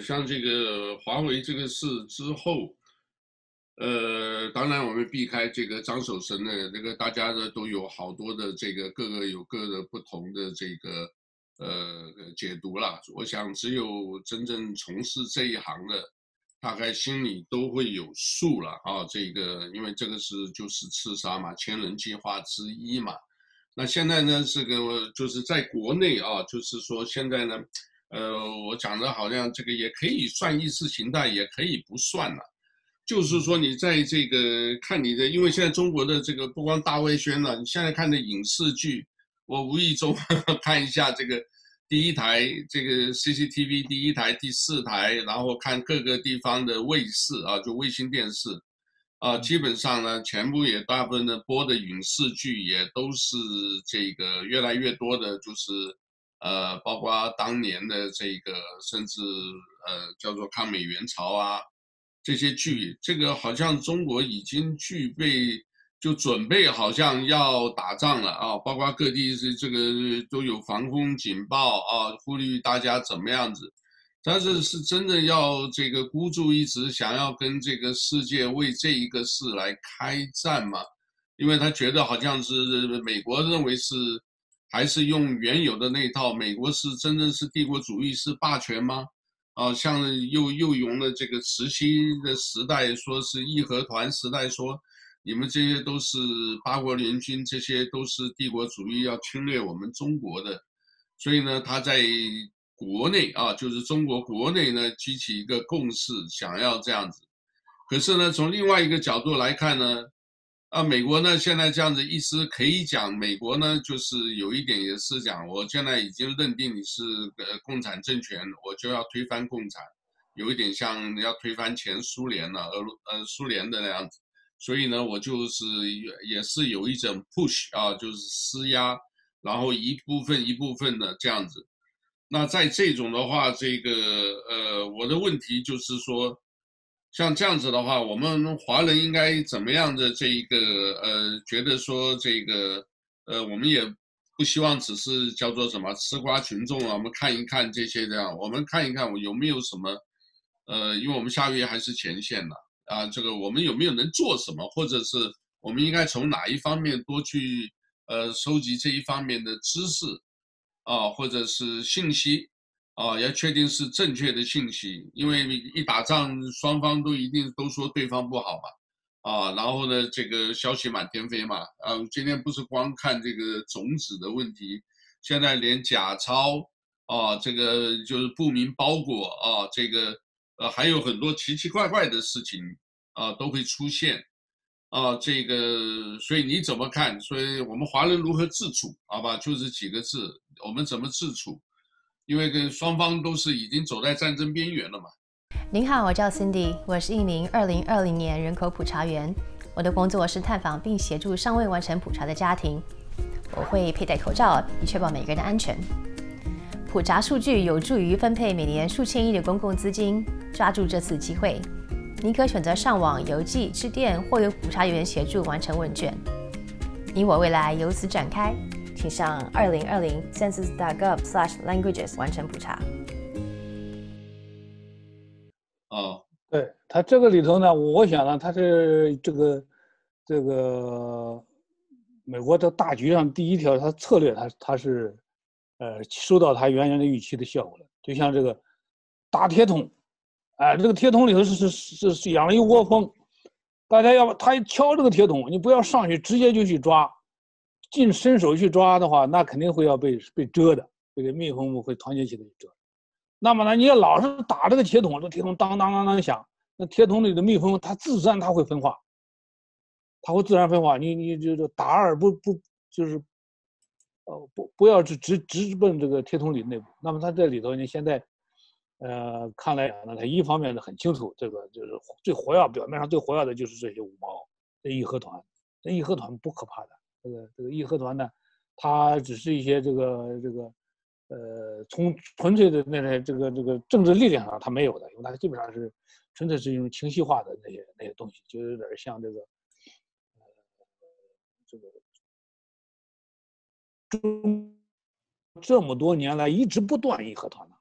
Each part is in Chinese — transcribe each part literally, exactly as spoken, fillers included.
像这个华为这个事之后，呃，当然我们避开这个张守神的那个，大家呢都有好多的这个各个有各的不同的这个呃解读了。我想只有真正从事这一行的，大概心里都会有数了啊。这个因为这个是就是刺杀嘛，千人计划之一嘛。那现在呢，这个就是在国内啊，就是说现在呢。呃，我讲的好像这个也可以算意识形态，也可以不算了。就是说，你在这个看你的，因为现在中国的这个不光大外宣了，你现在看的影视剧，我无意中看一下这个第一台这个 C C T V 第一台、第四台，然后看各个地方的卫视啊，就卫星电视啊，基本上呢，全部也大部分的播的影视剧也都是这个越来越多的，就是。呃，包括当年的这个，甚至呃叫做抗美援朝啊，这些剧，这个好像中国已经具备，就准备好像要打仗了啊，包括各地是这个都有防空警报啊，呼吁大家怎么样子，但是是真的要这个孤注一掷，想要跟这个世界为这一个事来开战吗？因为他觉得好像是美国认为是。还是用原有的那一套？美国是真正是帝国主义是霸权吗？啊，像又又用了这个慈禧的时代，说是义和团时代，说你们这些都是八国联军，这些都是帝国主义要侵略我们中国的。所以呢，他在国内啊，就是中国国内呢，激起一个共识，想要这样子。可是呢，从另外一个角度来看呢，啊，美国呢现在这样子意思可以讲，美国呢就是有一点也是讲，我现在已经认定你是呃共产政权，我就要推翻共产，有一点像要推翻前苏联了，俄呃苏联的那样子，所以呢，我就是也是有一种 push 啊，就是施压，然后一部分一部分的这样子。那在这种的话，这个呃，我的问题就是说。像这样子的话，我们华人应该怎么样的这一个呃，觉得说这个呃，我们也不希望只是叫做什么吃瓜群众啊，我们看一看这些这样，我们看一看我有没有什么呃，因为我们下个月还是前线呢啊，这个我们有没有能做什么，或者是我们应该从哪一方面多去呃收集这一方面的知识啊，或者是信息。啊，要确定是正确的信息，因为一打仗，双方都一定都说对方不好嘛，啊，然后呢，这个消息满天飞嘛，啊，今天不是光看这个种子的问题，现在连假钞啊，这个就是不明包裹啊，这个呃还有很多奇奇怪怪的事情啊都会出现，啊，这个所以你怎么看？所以我们华人如何自处？好吧，就是几个字，我们怎么自处？因为跟双方都是已经走在战争边缘了嘛。 您好，我叫 Cindy， 我是一名二零二零年人口普查员。我的工作是探访并协助尚未完成普查的家庭。我会佩戴口罩，以确保每个人的安全。普查数据有助于分配每年数千亿的公共资金。抓住这次机会，您可选择上网、邮寄、致电，或由普查员协助完成问卷。你我未来由此展开。请上二零二零 census dot gov slash languages 完成普查。 哦， 对，它这个里头呢，我想呢，它是这个这个美国的大局上第一条，它策略它它是呃收到它原来的预期的效果了。就像这个大铁桶，哎，这个铁桶里头是是是是养了一窝蜂，大家要他一敲这个铁桶，你不要上去直接就去抓。尽伸手去抓的话，那肯定会要被被蛰的，这个蜜蜂会团结起来蛰。那么呢，你要老是打这个铁桶，这铁桶当当当当响，那铁桶里的蜜蜂它自然它会分化，它会自然分化。你你就打而不不就是，呃不不要直直直奔这个铁桶里内部。那么它这里头，你现在，呃看来讲呢，它一方面呢很清楚，这个就是最活跃，表面上最活跃的就是这些五毛，这义和团，这义和团不可怕的。这个这个义和团呢，它只是一些这个这个，呃，从纯粹的那些这个这个政治力量上它没有的，因为它基本上是纯粹是一种情绪化的那些那些东西，就有点像这个，呃，这个中这么多年来一直不断义和团呢，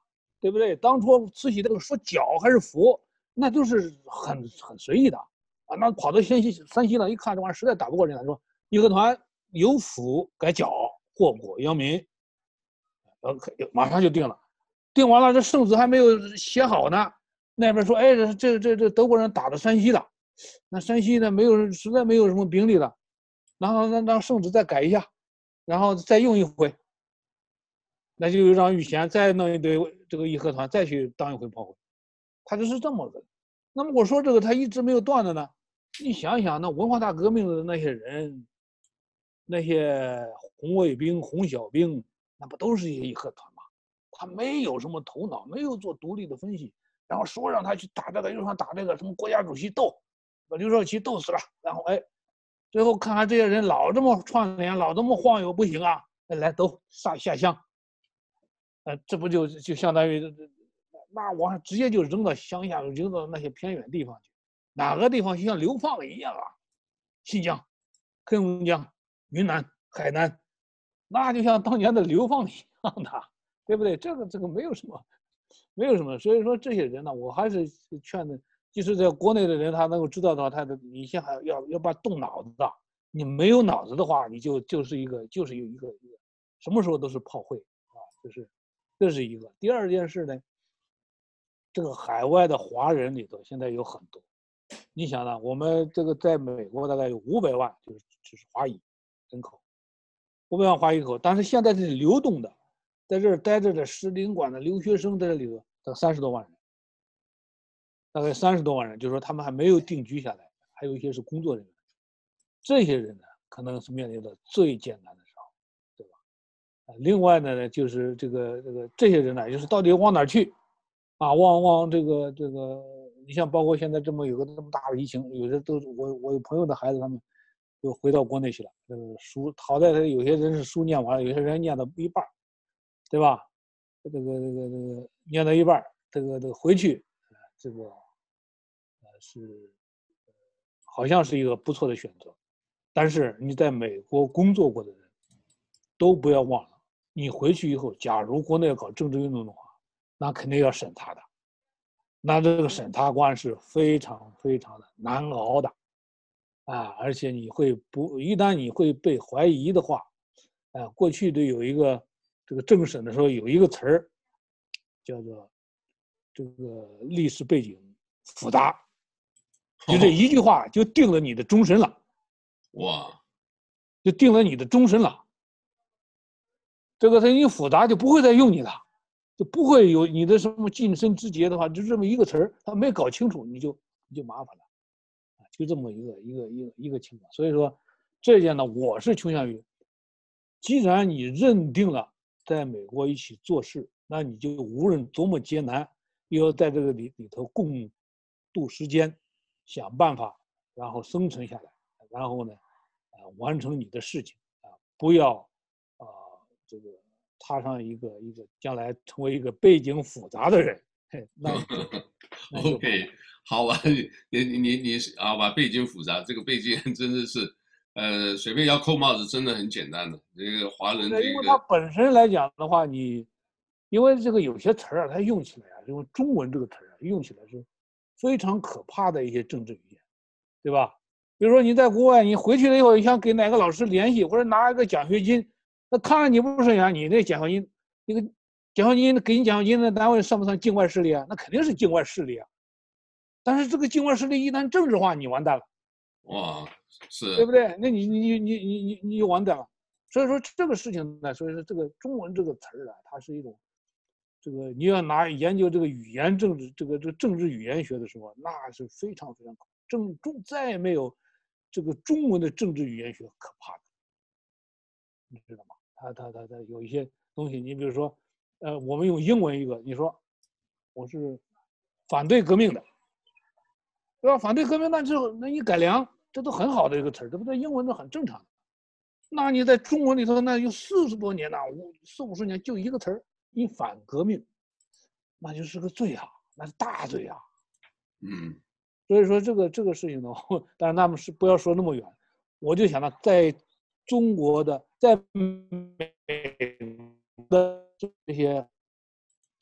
对不对？当初慈禧这个说剿还是抚，那都是很很随意的啊。那跑到山西山西了，一看这玩意儿实在打不过人了，说义和团由抚改剿，祸国殃民，呃，马上就定了。定完了，这圣旨还没有写好呢，那边说，哎，这这这这德国人打到山西了，那山西呢没有实在没有什么兵力了，然后让让圣旨再改一下，然后再用一回。那就让玉贤再弄一堆这个义和团再去当一回炮灰，他就是这么个。那么我说这个他一直没有断的呢，你想一想，那文化大革命的那些人，那些红卫兵、红小兵，那不都是一些义和团吗？他没有什么头脑，没有做独立的分析，然后说让他去打这个，又让他打这个，什么国家主席斗，把刘少奇斗死了，然后哎，最后看看这些人老这么串联，老这么晃悠，不行啊，来都下下乡。呃，这不就就相当于那往上直接就扔到乡下，扔到那些偏远地方去，哪个地方就像流放一样啊？新疆、黑龙江、云南、海南，那就像当年的流放一样的，对不对？这个这个没有什么，没有什么。所以说这些人呢，我还是劝的，即使在国内的人，他能够知道的话，他的你先还要要把动脑子的，你没有脑子的话，你就就是一个就是有一个一个，什么时候都是炮灰啊，就是。这是一个。第二件事呢，这个海外的华人里头现在有很多，你想呢，我们这个在美国大概有五百万，就是就是华裔人口，五百万华裔人口，但是现在是流动的，在这儿待着的使领馆的留学生在这里头，大概三十多万人，大概三十多万人，就是说他们还没有定居下来，还有一些是工作人员，这些人呢，可能是面临的最艰难的时候，对吧？另外呢，就是这个这个这些人呢，就是到底往哪儿去，啊，往往这个这个，你像包括现在这么有个这么大的疫情，有的都我我有朋友的孩子他们就回到国内去了，这个书好在他有些人是书念完了，有些人念到一半，对吧？这个这个这个念到一半，这个这个回去，这个呃是好像是一个不错的选择，但是你在美国工作过的人都不要忘了。你回去以后，假如国内要搞政治运动的话，那肯定要审他的，那这个审查官是非常非常的难熬的，啊，而且你会不一旦你会被怀疑的话，啊，过去都有一个这个政审的时候有一个词儿，叫做这个历史背景复杂，就这一句话就定了你的终身了， 哇， 就定了你的终身了。这个它一复杂就不会再用你了，就不会有你的什么近身之节的话，就这么一个词儿，他没搞清楚，你就你就麻烦了，就这么一个一个一个一个情况。所以说，这件呢，我是倾向于，既然你认定了在美国一起做事，那你就无论多么艰难，又要在这个里里头共度时间，想办法，然后生存下来，然后呢，呃，完成你的事情啊，不要啊。呃这个踏上一个一个将来成为一个背景复杂的人，那那就 OK，好吧，你你你你啊，把背景复杂，这个背景真的是，呃，随便要扣帽子真的很简单的。这个华人这因为它个， 本身来讲的话，你因为这个有些词儿啊，它用起来啊，用中文这个词儿啊，用起来是非常可怕的一些政治语言，对吧？比如说你在国外，你回去了以后，你想给哪个老师联系，或者拿一个奖学金。那看来你不是想你这奖学金，那个奖学金给你奖学金的单位算不算境外势力啊？那肯定是境外势力啊。但是这个境外势力一旦政治化，你完蛋了， 哇，是， 对不对？那你你你你你你你就完蛋了。所以说这个事情呢，所以说这个中文这个词儿啊，它是一种，这个你要拿研究这个语言政治这个这个政治语言学的时候，那是非常非常正中再也没有这个中文的政治语言学可怕的，你知道吗？他他他他有一些东西，你比如说，呃，我们用英文一个，你说我是反对革命的，对吧？反对革命，那之后那你改良，这都很好的一个词儿，对不对？英文都很正常的。那你在中文里头，那有四十多年呐，五四五十年就一个词儿，你反革命，那就是个罪啊，那是大罪啊。 嗯， 所以说这个这个事情呢，当然他们是不要说那么远，我就想到在中国的在美的这些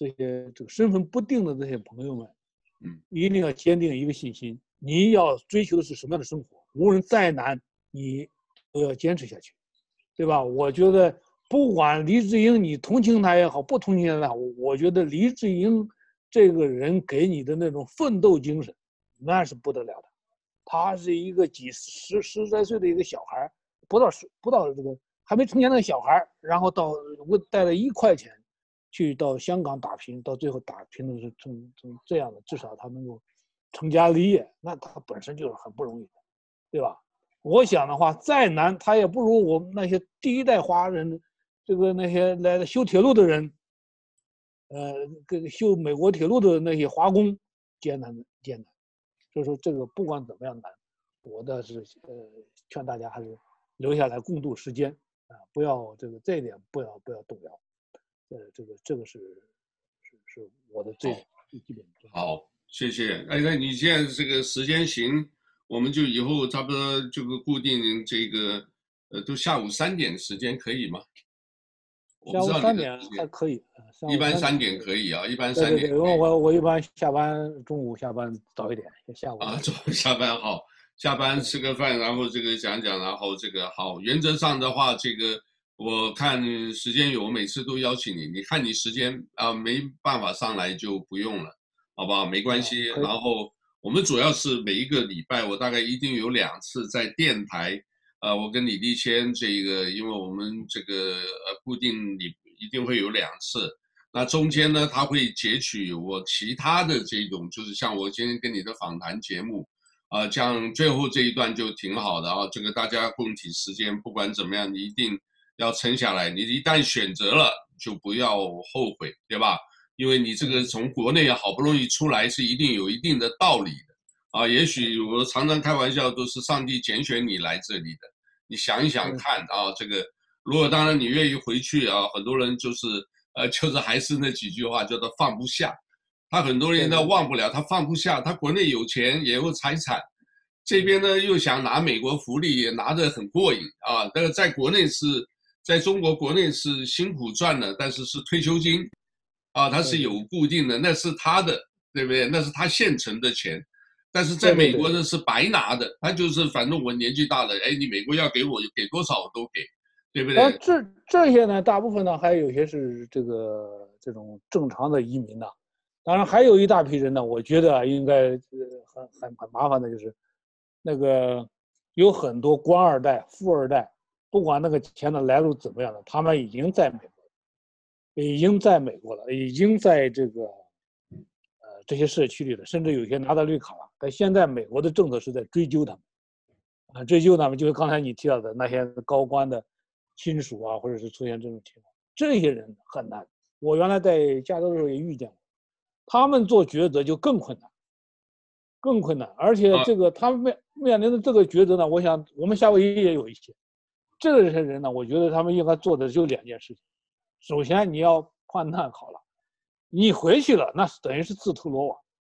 这些这个身份不定的这些朋友们， 嗯， 一定要坚定一个信心：你要追求的是什么样的生活？无论再难，你都要坚持下去，对吧？我觉得，不管黎智英你同情他也好，不同情他也好，我觉得黎智英这个人给你的那种奋斗精神，那是不得了的。他是一个几十十来岁的一个小孩，不到十不到这个还没成年的小孩，然后到我带了一块钱，去到香港打拼，到最后打拼的是成成这样的，至少他能够成家立业，那他本身就是很不容易的，对吧？我想的话，再难他也不如我们那些第一代华人，这个那些来修铁路的人，呃，这个修美国铁路的那些华工艰难艰难。所以说这个不管怎么样难，我倒是呃劝大家还是留下来共度时间啊，不要这个这一点不要不要动摇，呃，这个这个是是是我的最最基本的。 好，谢谢。哎，那你现在这个时间行，我们就以后差不多这个固定这个呃，都下午三点时间可以吗？ 下午三点还可以， 一般三点可以啊，一般三点。 对对对，因为我我一般下班中午下班早一点，下午啊，中午下班好，下班吃个饭，然后这个讲讲，然后这个好。原则上的话，这个我看时间有，我每次都邀请你，你看你时间啊没办法上来就不用了，好不好？没关系。然后我们主要是每一个礼拜，我大概一定有两次在电台。呃，我跟李立谦这个，因为我们这个呃固定你一定会有两次，那中间呢，他会截取我其他的这种，就是像我今天跟你的访谈节目，啊、呃，这样最后这一段就挺好的啊，这个大家共体时间，不管怎么样，你一定要撑下来，你一旦选择了，就不要后悔，对吧？因为你这个从国内好不容易出来，是一定有一定的道理的。啊，也许我常常开玩笑，都是上帝拣选你来这里的。你想一想看啊，这个如果当然你愿意回去啊，很多人就是呃，就是还是那几句话，叫做放不下。他很多人呢忘不了，他放不下，他国内有钱也有财产，这边呢又想拿美国福利，也拿得很过瘾啊。但是在国内是在中国国内是辛苦赚的，但是是退休金啊，他是有固定的，那是他的，对不对？那是他现成的钱。但是在美国呢是白拿的，他就是反正我年纪大了，哎，你美国要给我给多少我都给，对不对？ 这这些呢，大部分呢还有些是这个这种正常的移民呐、啊，当然还有一大批人呢，我觉得应该很很很麻烦的，就是那个有很多官二代、富二代，不管那个钱的来路怎么样的，他们已经在美国，已经在美国了，已经在这个呃这些社区里了，甚至有些拿到绿卡了。但现在美国的政策是在追究他们，啊，追究他们就是刚才你提到的那些高官的亲属啊，或者是出现这种情况，这些人很难。我原来在加州的时候也遇见过，他们做抉择就更困难，更困难。而且这个他们面面临的这个抉择呢，我想我们夏威夷也有一些，这些人呢，我觉得他们应该做的就两件事情。首先，你要判断好了，你回去了，那等于是自投罗网。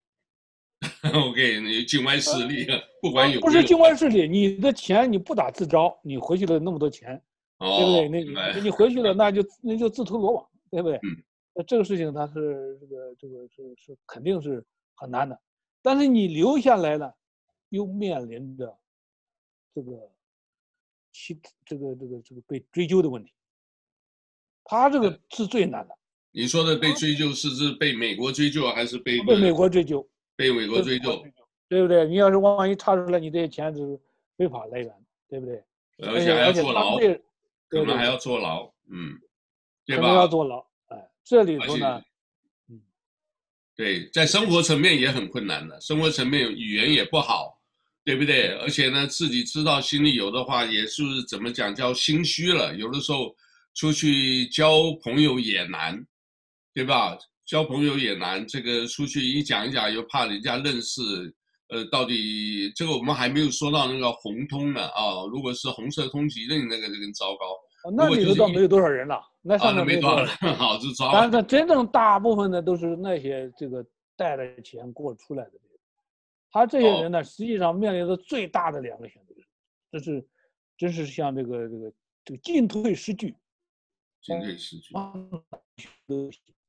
OK， 你境外势力，不管有不是境外势力，你的钱你不打自招，你回去了那么多钱， 哦、 对不对？那你你回去了，那就那就自投罗网，对不对？ 嗯， 那这个事情它是这个这个是是肯定是很难的，但是你留下来了，又面临着这个其这个这个这个被追究的问题，他这个是最难的。 你说的被追究是是被美国追究还是被被美国追究？ 被美国追究， 对不对？你要是万一查出来你这些钱是非法来源，对不对？ 而且还要坐牢，可能还要坐牢，嗯，对吧？ 可能要坐牢，哎，这里头呢， 嗯，对，在生活层面也很困难的，生活层面语言也不好，对不对？而且呢，自己知道心里有的话，也是怎么讲叫心虚了，有的时候出去交朋友也难，对吧？交朋友也难，这个出去一讲一讲，又怕人家认识，呃，到底这个我们还没有说到那个红通呢啊，如果是红色通缉令，那个就更糟糕。 那里头倒没有多少人了，那上面没多少人，好就抓。 但是真正大部分的都是那些这个带了钱过出来的，他这些人呢，实际上面临的最大的两个选择，这是真是像这个这个这个进退失据， 进退失据。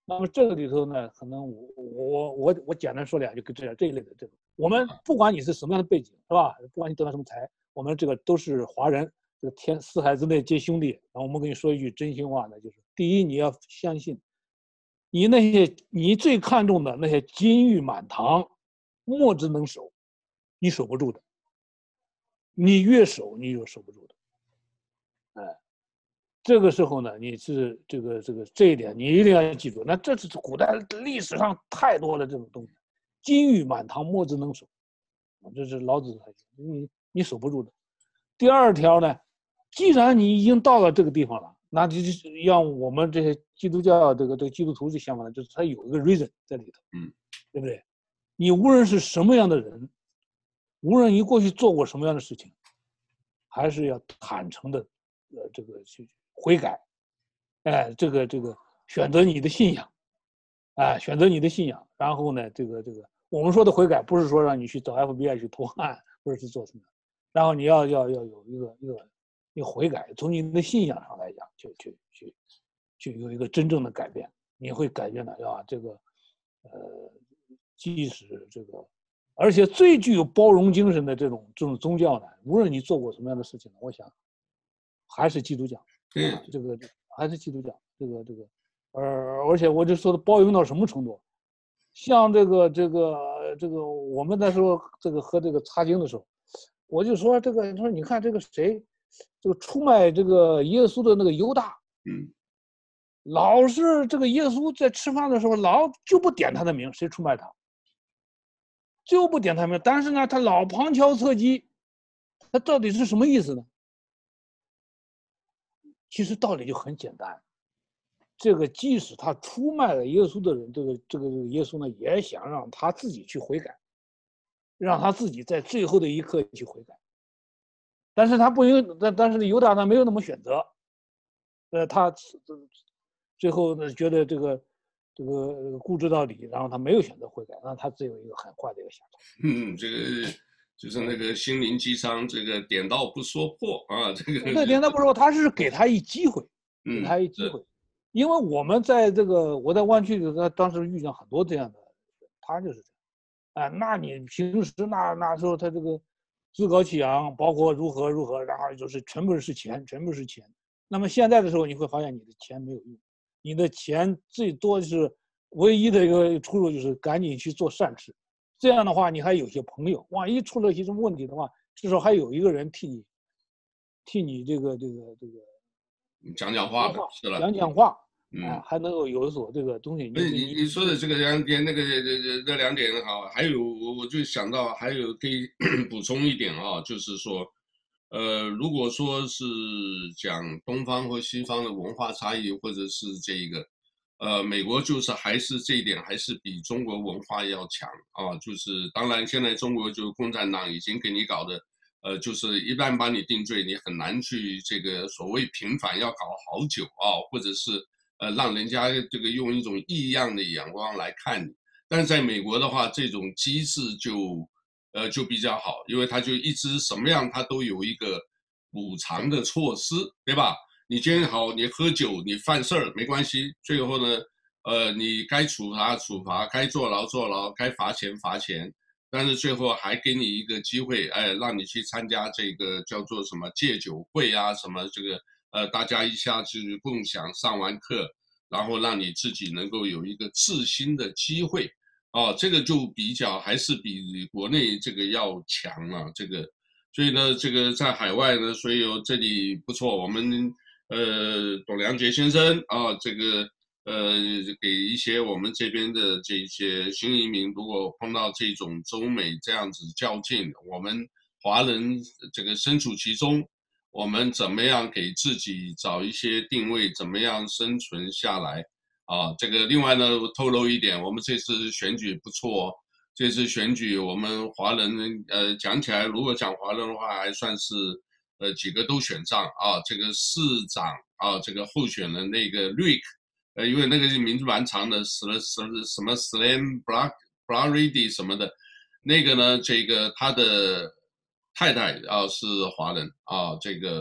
那么这个里头呢，可能我我我我简单说两句，跟这样这一类的这种，我们不管你是什么样的背景，是吧？不管你得到什么财，我们这个都是华人，这个天四海之内皆兄弟。然后我们跟你说一句真心话呢，就是第一，你要相信，你那些你最看重的那些金玉满堂，莫之能守，你守不住的。你越守，你越守不住的。哎，这个时候呢，你是这个这个这一点，你一定要记住。那这是古代历史上太多的这种东西，金玉满堂，莫之能守。这是老子才你你守不住的。第二条呢，既然你已经到了这个地方了，那就是让我们这些基督教这个这个基督徒的想法呢，就是它有一个 reason 在里头， 嗯， 对不对？你无论是什么样的人，无论你过去做过什么样的事情，还是要坦诚的，呃，这个去悔改，哎，这个这个选择你的信仰，哎，选择你的信仰，然后呢，这个这个我们说的悔改，不是说让你去找 F B I 去投案，或者是做什么，然后你要要要有一个一个一个悔改，从你的信仰上来讲，去去去去有一个真正的改变，你会改变的，啊，这个呃，即使这个。而且最具有包容精神的这种这种宗教呢，无论你做过什么样的事情，我想还是基督教， 对、 啊，这个还是基督教，这个这个，而而且我就说的包容到什么程度，像这个这个这个我们那时候这个和这个查经的时候，我就说这个说你看这个谁，这个出卖这个耶稣的那个犹大， 嗯， 老是这个耶稣在吃饭的时候老就不点他的名，谁出卖他？就不点他名，但是呢，他老旁敲侧击，他到底是什么意思呢？其实道理就很简单，这个即使他出卖了耶稣的人，这个这个耶稣呢，也想让他自己去悔改，让他自己在最后的一刻去悔改。但是他不应，但但是犹大呢没有那么选择，呃，他最后呢觉得这个。这个固执到底，然后他没有选择悔改，那他只有一个很坏的一个下场。 嗯，这个就是那个心灵鸡汤，这个点到不说破啊，这个。 对，点到不说，他是给他一机会，给他一机会，嗯、因为我们在这个我在湾区里，他当时遇见很多这样的，他就是这样，啊，那你平时那那时候他这个趾高气扬，包括如何如何，然后就是全部是钱，全部是钱。那么现在的时候，你会发现你的钱没有用。你的钱最多是唯一的一个出路，就是赶紧去做善事。这样的话，你还有些朋友，万一出了些什么问题的话，至少还有一个人替你，替你这个这个这个讲讲话的，是了， 讲讲话， 嗯， 啊，还能够有所这个东西。 不是你你说的这个两点，那个这这两点好，还有我我就想到还有可以补充一点啊，就是说。呃，如果说是讲东方和西方的文化差异，或者是这一个，呃，美国就是还是这一点还是比中国文化要强啊。就是当然现在中国就共产党已经给你搞的，呃，就是一旦把你定罪，你很难去这个所谓平反要搞好久啊，或者是呃让人家这个用一种异样的眼光来看你。但是在美国的话，这种机制就。呃，就比较好，因为他就一直什么样，他都有一个补偿的措施，对吧？你今天好，你喝酒，你犯事儿没关系，最后呢，呃，你该处罚处罚，该坐牢坐牢，该罚钱罚钱，但是最后还给你一个机会，哎，让你去参加这个叫做什么戒酒会啊，什么这个呃，大家一下子共享上完课，然后让你自己能够有一个自新的机会。哦，这个就比较还是比国内这个要强啊，这个，所以呢，这个在海外呢，所以这里不错，我们呃董良杰先生啊，这个呃给一些我们这边的这些新移民，如果碰到这种中美这样子较劲，我们华人这个身处其中，我们怎么样给自己找一些定位，怎么样生存下来？啊，这个另外呢，我透露一点，我们这次选举不错哦。这次选举，我们华人呃讲起来，如果讲华人的话，还算是呃几个都选上啊。这个市长啊，这个候选人那个 Rick， 呃，因为那个名字蛮长的，什么什么什么 Slam Black Blackready 什么的，那个呢，这个他的太太啊是华人啊，这个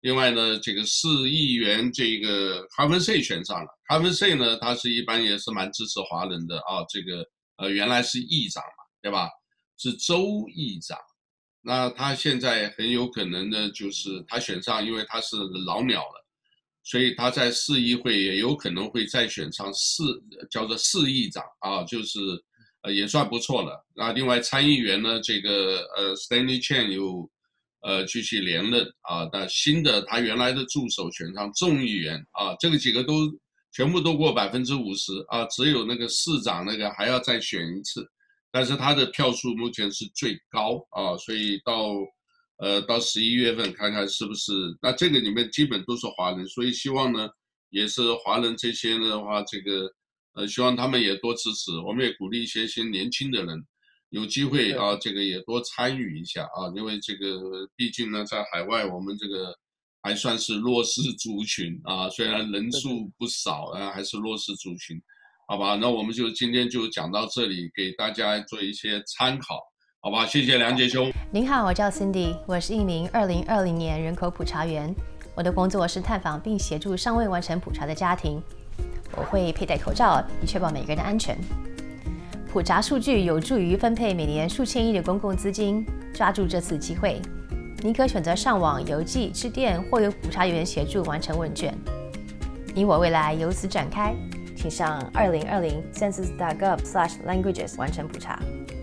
另外呢，这个市议员这个卡文塞选上了，卡文塞呢，他是一般也是蛮支持华人的啊，这个呃原来是议长嘛，对吧？是州议长，那他现在很有可能呢，就是他选上，因为他是老鸟了，所以他在市议会也有可能会再选上市，叫做市议长啊，就是呃也算不错了。那另外参议员呢，这个呃 Stanley Chen 有呃继续连任啊，那新的他原来的助手选上众议员啊，这个几个都全部都过百分之五十啊，只有那个市长那个还要再选一次。但是他的票数目前是最高啊，所以到呃到十一月份看看是不是，那这个里面基本都是华人，所以希望呢也是华人这些的话，这个呃希望他们也多支持，我们也鼓励一些些年轻的人有机会啊，这个也多参与一下啊，因为这个毕竟呢在海外我们这个还算是弱势族群啊，虽然人数不少啊，还是弱势族群。好吧，那我们就今天就讲到这里，给大家做一些参考，好吧？谢谢梁杰兄。 您好，我叫 Cindy， 我是一名二零二零年人口普查员。我的工作是探访并协助尚未完成普查的家庭。我会佩戴口罩，以确保每个人的安全。普查数据有助于分配每年数千亿的公共资金，抓住这次机会，您可选择上网、邮寄、致电，或由普查员协助完成问卷。你我未来由此展开。请上二零二零 census dot gov slash languages 完成普查。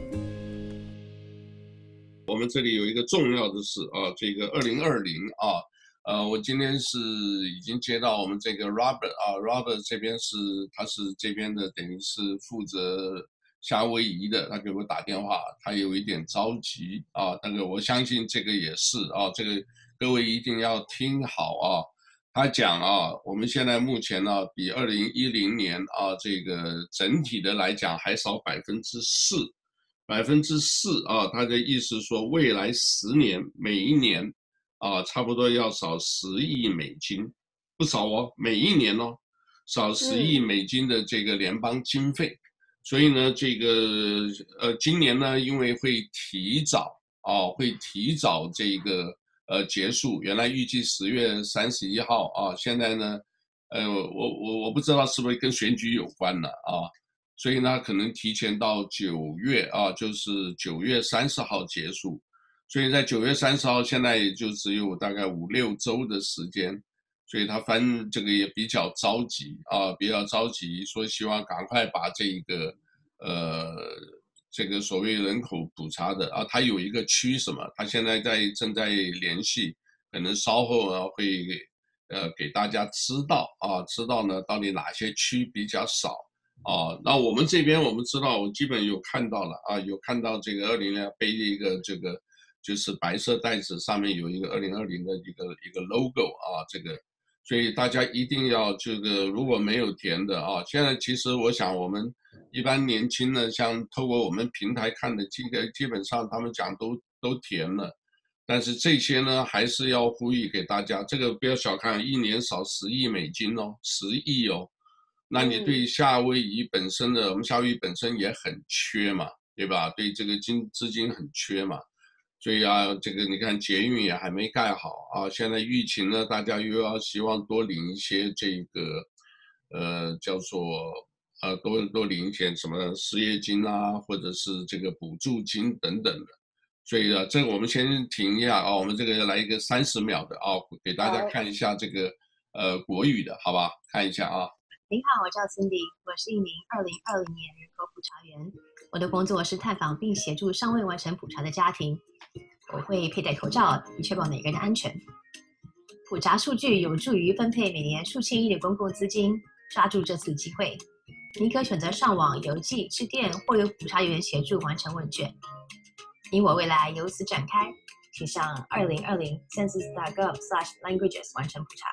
我们这里有一个重要的事啊，这个二零二零啊，呃，我今天是已经接到我们这个 Robert 啊 ，Robert 这边是他是这边的，等于是负责夏威夷的，他给我打电话，他有一点着急啊，那个我相信这个也是啊，这个各位一定要听好啊。他讲啊，我们现在目前呢，比二零一零年啊，这个整体的来讲还少百分之四，百分之四啊，他的意思说，未来十年每一年啊，差不多要少十亿美金，不少哦，每一年哦，少十亿美金的这个联邦经费，所以呢，这个呃，今年呢，因为会提早啊，会提早这个。呃，结束原来预计十月三十一号啊，现在呢，呃，我我我不知道是不是跟选举有关了啊，所以呢，可能提前到九月啊，就是九月三十号结束，所以在九月三十号，现在也就只有大概五六周的时间，所以他翻这个也比较着急啊，比较着急，说希望赶快把这个呃。这个所谓人口普查的啊，它有一个区什么？他现在在正在联系，可能稍后呢会呃给大家知道啊，知道呢到底哪些区比较少啊？那我们这边我们知道，我基本有看到了啊，有看到这个二零年背一个这个就是白色袋子上面有一个二零二零的一个一个 logo 啊，这个，所以大家一定要这个如果没有填的啊，现在其实我想我们。一般年轻的，像透过我们平台看的，这个基本上他们讲都都填了，但是这些呢，还是要呼吁给大家，这个不要小看，一年少十亿美金哦，十亿哦，那你对夏威夷本身的，我们夏威夷本身也很缺嘛，对吧？对这个金资金很缺嘛，所以啊，这个你看捷运也还没盖好啊，现在疫情呢，大家又要希望多领一些这个，呃，叫做。呃，多多领一些什么失业金啊，或者是这个补助金等等的，所以呢，这个我们先停一下啊，我们这个来一个三十秒的啊，给大家看一下这个呃国语的，好吧？看一下啊。 您好，我叫 Cindy， 我是一名二零二零年人口普查员。我的工作是探访并协助尚未完成普查的家庭。我会佩戴口罩，以确保每个人的安全。普查数据有助于分配每年数千亿的公共资金，抓住这次机会。你可选择上网、邮寄、致电，或由普查员协助完成问卷。你我未来由此展开，请上二零二零 census dot gov slash languages 完成普查。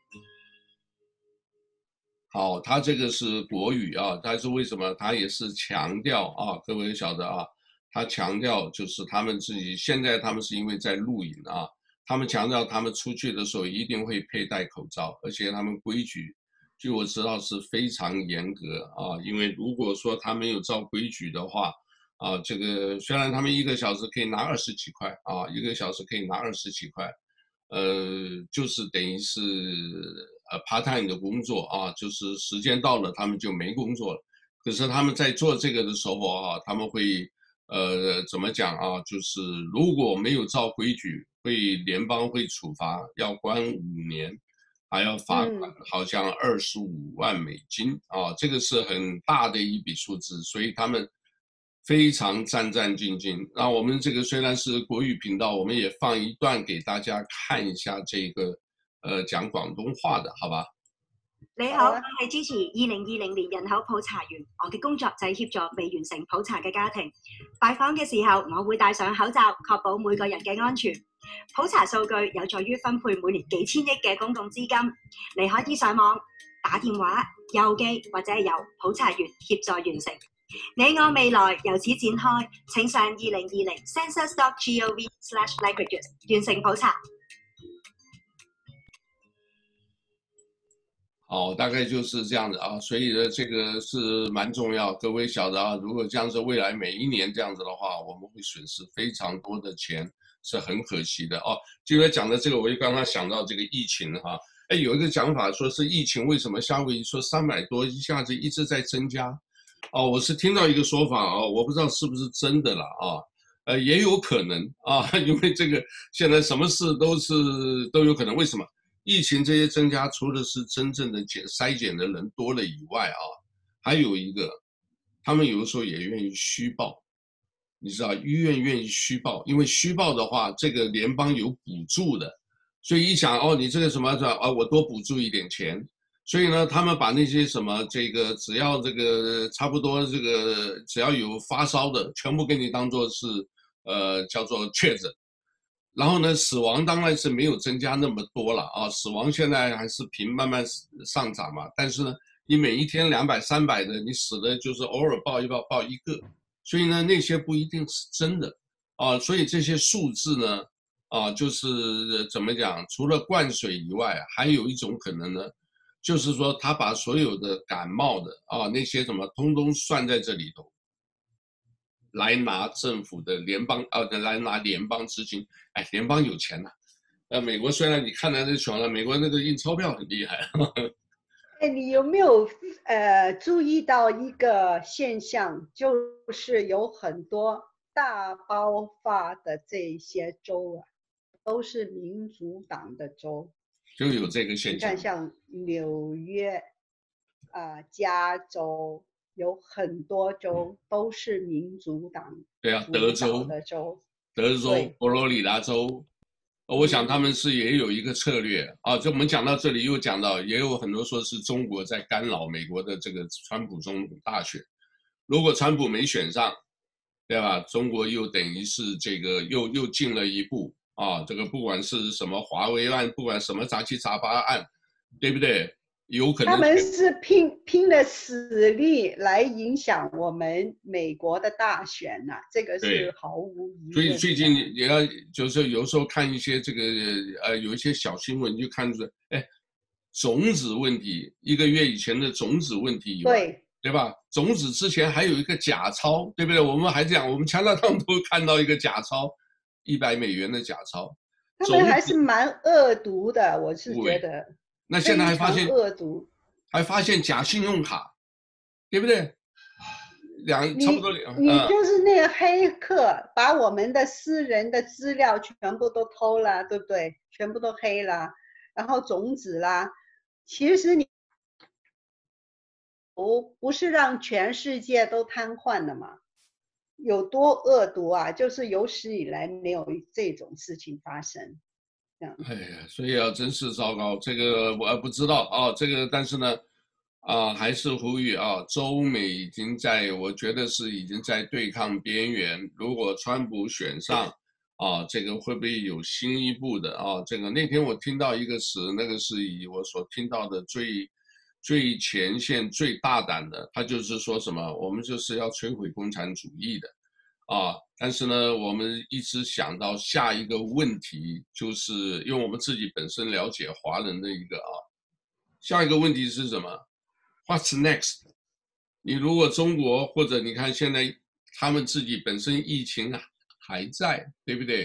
好，他这个是国语啊，但是为什么他也是强调啊？各位晓得啊，他强调就是他们自己现在他们是因为在录影啊，他们强调他们出去的时候一定会佩戴口罩，而且他们规矩。据我知道是非常严格啊，因为如果说他没有照规矩的话，啊，这个虽然他们一个小时可以拿二十几块啊，一个小时可以拿二十几块， 呃，就是等于是呃 part time 的工作啊，就是时间到了他们就没工作了。可是他们在做这个的时候啊，他们会呃怎么讲啊？就是如果没有照规矩，会联邦会处罚，要关五年，还要罚款，好像二十五万美金啊，这个是很大的一笔数字，所以他们非常战战兢兢。那我们这个虽然是国語頻道，我們也放一段給大家看一下這個，呃，講廣東話的，好吧？ 你好，我係支持二零二零年人口普查員。我嘅工作就係協助未完成普查嘅家庭。拜訪嘅時候，我會戴上口罩，確保每個人嘅安全。普查數據有助於分配每年幾千億嘅公共資金。你可以上網、打電話、郵寄或者係由普查員協助完成。你我未來由此展開，請上二零二零 census dot gov slash languages 完成普查。 哦，大概就是这样子啊，所以呢，这个是蛮重要。各位晓得啊，如果这样子未来每一年这样子的话，我们会损失非常多的钱，是很可惜的哦。今天讲的这个，我就刚刚想到这个疫情哈，哎，有一个讲法说是疫情为什么夏威夷说三百多一下子一直在增加。哦，我是听到一个说法哦，我不知道是不是真的了啊，呃，也有可能啊，因为这个现在什么事都是都有可能。为什么？疫情这些增加，除了是真正的检筛检的人多了以外啊，还有一个，他们有的时候也愿意虚报，你知道，医院愿意虚报，因为虚报的话，这个联邦有补助的，所以一想哦，你这个什么啊，我多补助一点钱。所以呢，他们把那些什么这个只要这个差不多这个只要有发烧的，全部给你当做是呃叫做确诊。然后呢，死亡当然是没有增加那么多了啊，死亡现在还是平慢慢上涨嘛。但是呢，你每一天两百、三百的，你死的就是偶尔报一报报一个，所以呢，那些不一定是真的啊。所以这些数字呢，啊，就是怎么讲？除了灌水以外，还有一种可能呢。就是说，他把所有的感冒的啊那些什么，通通算在这里头，来拿政府的联邦啊，来拿联邦资金。哎，联邦有钱呐、啊。呃，美国虽然你看来是穷了，美国那个印钞票很厉害。 哎，你有没有呃注意到一个现象，就是有很多大爆发的这些州啊，都是民主党的州。 就有这个现象。 你看，像纽约、啊、呃、加州，有很多州都是民主党。 对啊，德州的州， 德州、佛罗里达州，我想他们是也有一个策略啊。就我们讲到这里，又讲到也有很多说是中国在干扰美国的这个川普总统大选。如果川普没选上，对吧？中国又等于是这个又又进了一步。啊，这个不管是什么华为案，不管什么杂七杂八案，对不对？有可能他们是拼拼了死力来影响我们美国的大选呐、啊，这个是毫无疑问。 所以最近也要就是有时候看一些这个呃有一些小新闻，就看出哎种子问题，一个月以前的种子问题以外， 对对吧？种子之前还有一个假钞，对不对？我们还讲，我们加拿大都看到一个假钞。一百美元的假钞， 他们还是蛮恶毒的，我是觉得。 那现在还发现恶毒， 还发现假信用卡，对不对？两差不多两。 你就是那个黑客，把我们的私人的资料全部都偷了，对不对？全部都黑了，然后种子啦，其实你不不是让全世界都瘫痪了吗？有多恶毒啊！就是有史以来没有这种事情发生，这样。 哎呀，所以啊，真是糟糕。这个我不知道啊，这个但是呢，啊，还是呼吁啊，中美已经在，我觉得是已经在对抗边缘。如果川普选上，啊，这个会不会有新一步的啊？这个那天我听到一个词，那个是以我所听到的最最前线、最大胆的，他就是说什么，我们就是要摧毁共产主义的，啊，但是呢，我们一直想到下一个问题，就是因为我们自己本身了解华人的一个啊，下一个问题是什么 ？What's next？ 你如果中国或者你看现在他们自己本身疫情还在，对不对？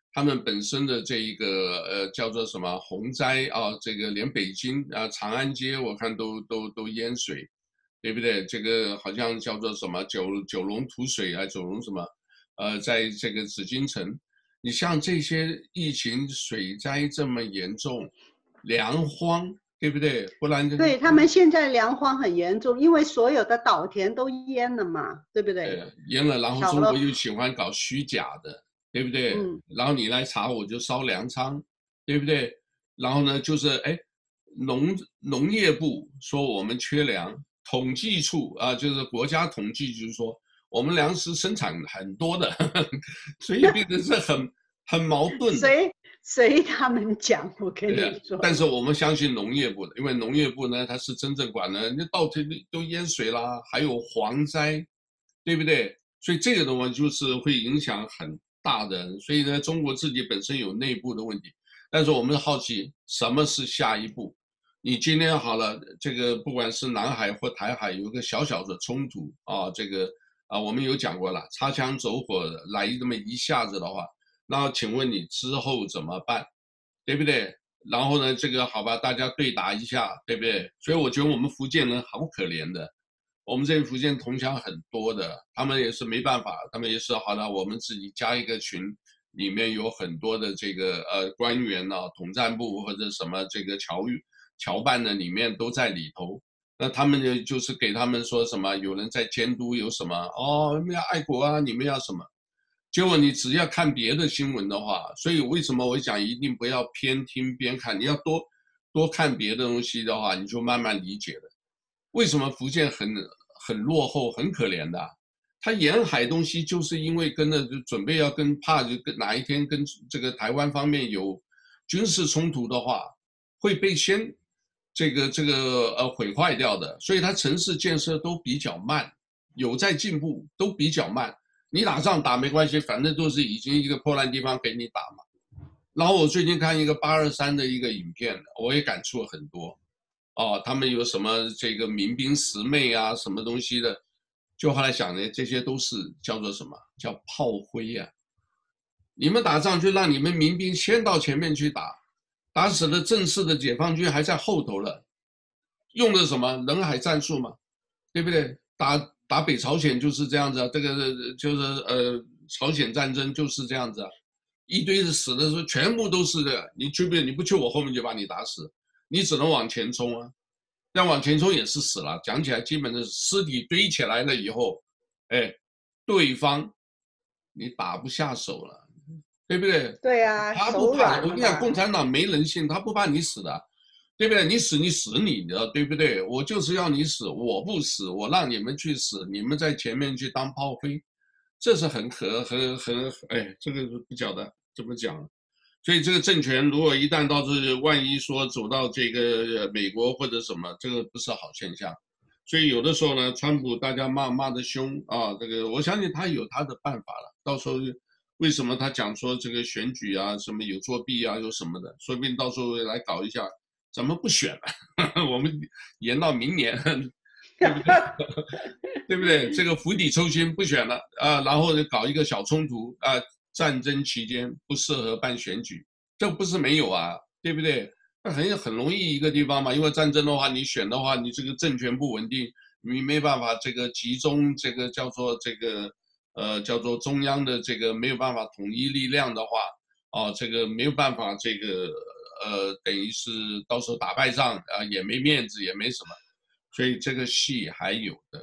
他们本身的这一个呃叫做什么洪灾啊，这个连北京啊长安街我看都都都淹水，对不对？这个好像叫做什么九九龙吐水啊，九龙什么，呃，在这个紫禁城，你像这些疫情水灾这么严重，粮荒，对不对？不然对他们现在粮荒很严重，因为所有的稻田都淹了嘛，对不对？ 呃，淹了，然后中国又喜欢搞虚假的。对不对？嗯，然后你来查我就烧粮仓，对不对？然后呢，就是哎，农农业部说我们缺粮，统计处啊，就是国家统计局说我们粮食生产很多的，呵呵，所以变成是很很矛盾的。 随随他们讲，我跟你说。 但是我们相信农业部的，因为农业部呢，它是真正管的，那稻田都淹水啦，还有蝗灾，对不对？所以这个的话就是会影响很大的，所以呢，中国自己本身有内部的问题，但是我们好奇什么是下一步？你今天好了，这个不管是南海或台海有一个小小的冲突啊，这个啊我们有讲过了，擦枪走火来这么一下子的话，那请问你之后怎么办？对不对？然后呢，这个好吧，大家对打一下，对不对？所以我觉得我们福建人好可怜的。我们这边福建同乡很多的，他们也是没办法，他们也是好了，我们自己加一个群，里面有很多的这个呃官员呢、啊，统战部或者什么这个侨域侨办的里面都在里头。那他们呢就是给他们说什么，有人在监督，有什么哦，你们要爱国啊，你们要什么？结果你只要看别的新闻的话，所以为什么我讲一定不要边听边看，你要多多看别的东西的话，你就慢慢理解了。为什么福建很很落后、很可怜的、啊？他沿海东西就是因为跟着准备要跟怕就跟哪一天跟这个台湾方面有军事冲突的话，会被先这个这个呃毁坏掉的，所以它城市建设都比较慢，有在进步，都比较慢。你打仗打没关系，反正都是已经一个破烂地方给你打嘛。然后我最近看一个八二三的一个影片，我也感触很多。哦，他们有什么这个民兵十妹啊，什么东西的，就后来想呢，这些都是叫做什么？叫炮灰呀、啊。你们打仗就让你们民兵先到前面去打，打死了正式的解放军还在后头了，用的什么人海战术嘛，对不对？打打北朝鲜就是这样子啊，这个就是呃朝鲜战争就是这样子啊，一堆的死的时候全部都是的，你去不你不去我后面就把你打死。你只能往前冲啊，但往前冲也是死了。讲起来，基本的尸体堆起来了以后，哎，对方你打不下手了，对不对？ 对啊， 他不怕。我跟你讲，共产党没人性，他不怕你死的，对不对？你死你死你的，对不对？我就是要你死，我不死，我让你们去死，你们在前面去当炮灰，这是很可很很哎，这个不晓得怎么讲。所以这个政权如果一旦到这万一说走到这个美国或者什么，这个不是好现象。所以有的时候呢，川普大家骂骂得凶啊，这个我相信他有他的办法了。到时候为什么他讲说这个选举啊，什么有作弊啊，有什么的，说不定到时候来搞一下，怎么不选了？我们延到明年，对不对？对不对？这个釜底抽薪不选了啊，然后搞一个小冲突啊。战争期间不适合办选举，这不是没有啊，对不对？那很很容易一个地方嘛，因为战争的话，你选的话，你这个政权不稳定，你没办法这个集中这个叫做这个呃叫做中央的这个没有办法统一力量的话，啊，这个没有办法这个呃等于是到时候打败仗啊，也没面子也没什么，所以这个戏还有的。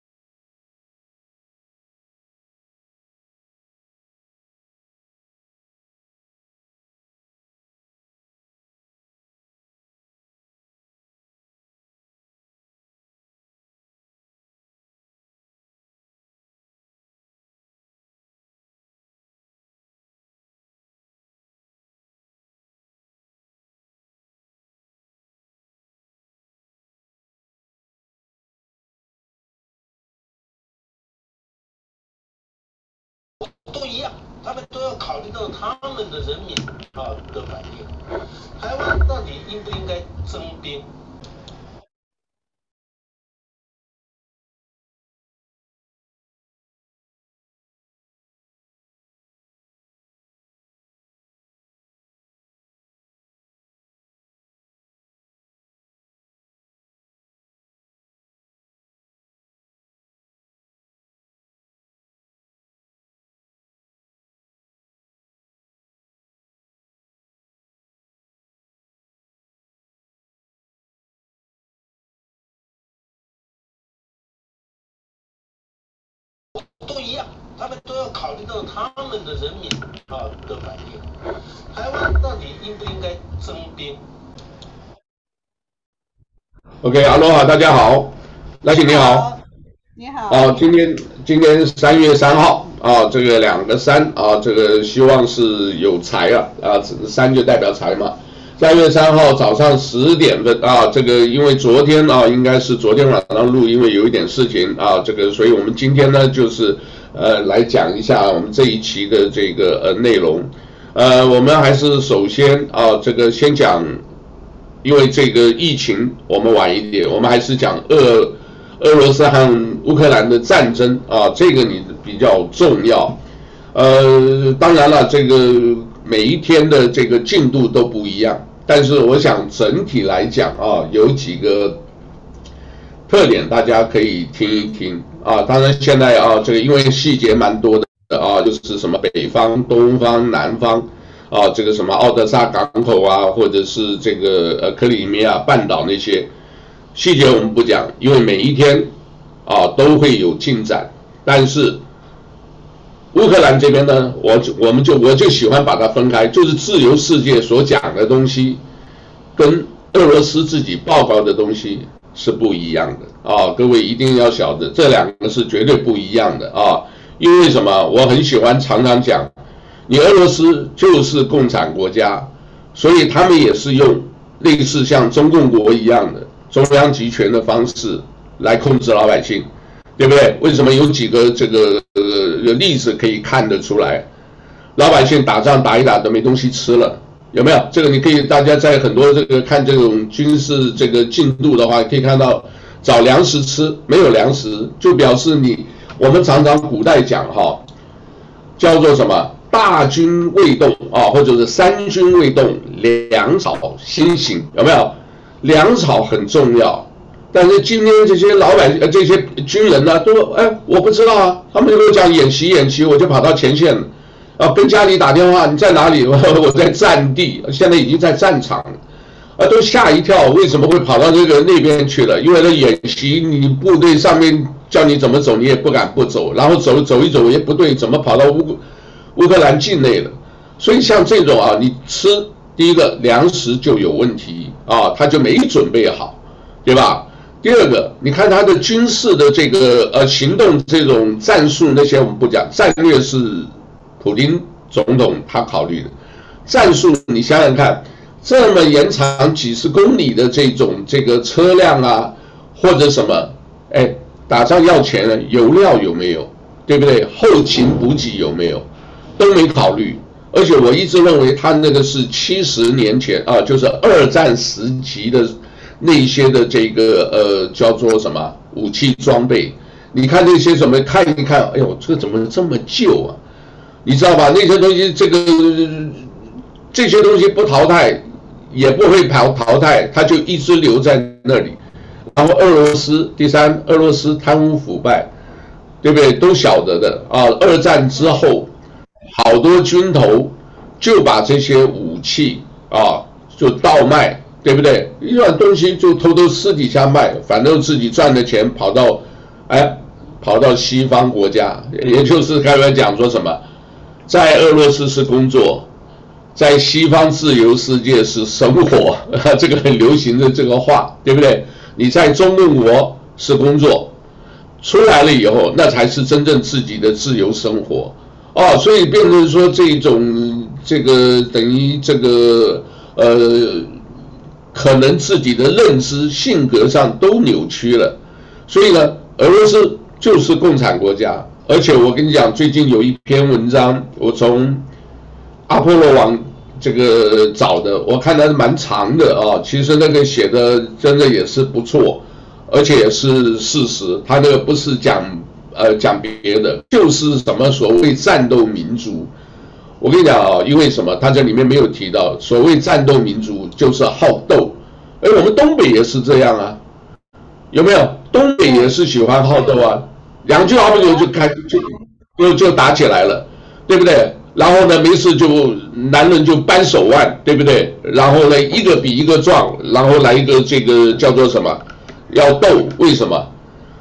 都一样，他们都要考虑到他们的人民啊的反应。台湾到底应不应该征兵？ 都一样，他们都要考虑到他们的人民啊的反应。台湾到底应不应该征兵 ？OK， 阿罗哈，大家好，赖信你好， 你好。 哦，今天今天三月三号啊，这个两个三啊，这个希望是有财啊啊，三就代表财嘛。三月三号早上十点份啊，这个因为昨天啊，应该是昨天晚上录，因为有一点事情啊，这个所以我们今天呢就是呃来讲一下我们这一期的这个呃内容，呃，我们还是首先啊，这个先讲，因为这个疫情我们晚一点，我们还是讲俄俄罗斯和乌克兰的战争啊，这个你比较重要，呃，当然了，这个每一天的这个进度都不一样。但是我想整体来讲啊，有几个特点大家可以听一听啊。当然现在啊，这个因为细节蛮多的啊，就是什么北方、东方、南方啊，这个什么奥德萨港口啊，或者是这个呃克里米亚半岛那些细节我们不讲，因为每一天啊都会有进展。但是乌克兰这边呢，我就我们就我就喜欢把它分开，就是自由世界所讲的东西，跟俄罗斯自己报告的东西是不一样的啊！各位一定要晓得，这两个是绝对不一样的啊！因为什么？我很喜欢常常讲，你俄罗斯就是共产国家，所以他们也是用类似像中共国一样的中央集权的方式来控制老百姓。对不对？为什么有几个这个呃例子可以看得出来？老百姓打仗打一打都没东西吃了，有没有？这个你可以大家在很多这个看这种军事这个进度的话，可以看到找粮食吃，没有粮食，就表示你我们常常古代讲哈，叫做什么大军未动啊，或者是三军未动，粮草先行，有没有？粮草很重要。但是今天这些老百姓、呃这些军人呢，都哎我不知道啊，他们就跟我讲演习演习，我就跑到前线了，啊跟家里打电话，你在哪里？我在战地，现在已经在战场了，啊都吓一跳，为什么会跑到这个那边去了？因为那演习，你部队上面叫你怎么走，你也不敢不走，然后走走一走也不对，怎么跑到乌乌克兰境内了？所以像这种啊，你吃第一个粮食就有问题啊，他就没准备好，对吧？第二个，你看他的军事的这个呃行动这种战术那些我们不讲，战略是普丁总统他考虑的，战术你想想看，这么延长几十公里的这种这个车辆啊，或者什么，哎，打仗要钱了，油料有没有，对不对？后勤补给有没有，都没考虑。而且我一直认为他那个是七十年前啊，就是二战时期的。那些的这个呃叫做什么武器装备，你看那些什么看一看，哎呦，这个怎么这么旧啊？你知道吧？那些东西，这个这些东西不淘汰，也不会淘淘汰，它就一直留在那里。然后俄罗斯，第三，俄罗斯贪污腐败，对不对？都晓得的啊。二战之后，好多军头就把这些武器啊就倒卖。对不对？一样东西就偷偷私底下卖，反正自己赚的钱跑到，哎，跑到西方国家，也就是刚才讲说什么，在俄罗斯是工作，在西方自由世界是生活，这个很流行的这个话，对不对？你在中共国是工作，出来了以后，那才是真正自己的自由生活哦。所以变成说这种这个等于这个呃。可能自己的认知、性格上都扭曲了，所以呢，俄罗斯就是共产国家。而且我跟你讲，最近有一篇文章，我从阿波罗网这个找的，我看它是蛮长的啊。其实那个写的真的也是不错，而且也是事实。他那个不是讲呃讲别的，就是什么所谓战斗民族。我跟你讲啊，因为什么？他这里面没有提到，所谓战斗民族就是好斗，而我们东北也是这样啊，有没有？东北也是喜欢好斗啊，两句话不久就开就就就打起来了，对不对？然后呢，没事就男人就扳手腕，对不对？然后呢，一个比一个壮，然后来一个这个叫做什么？要斗，为什么？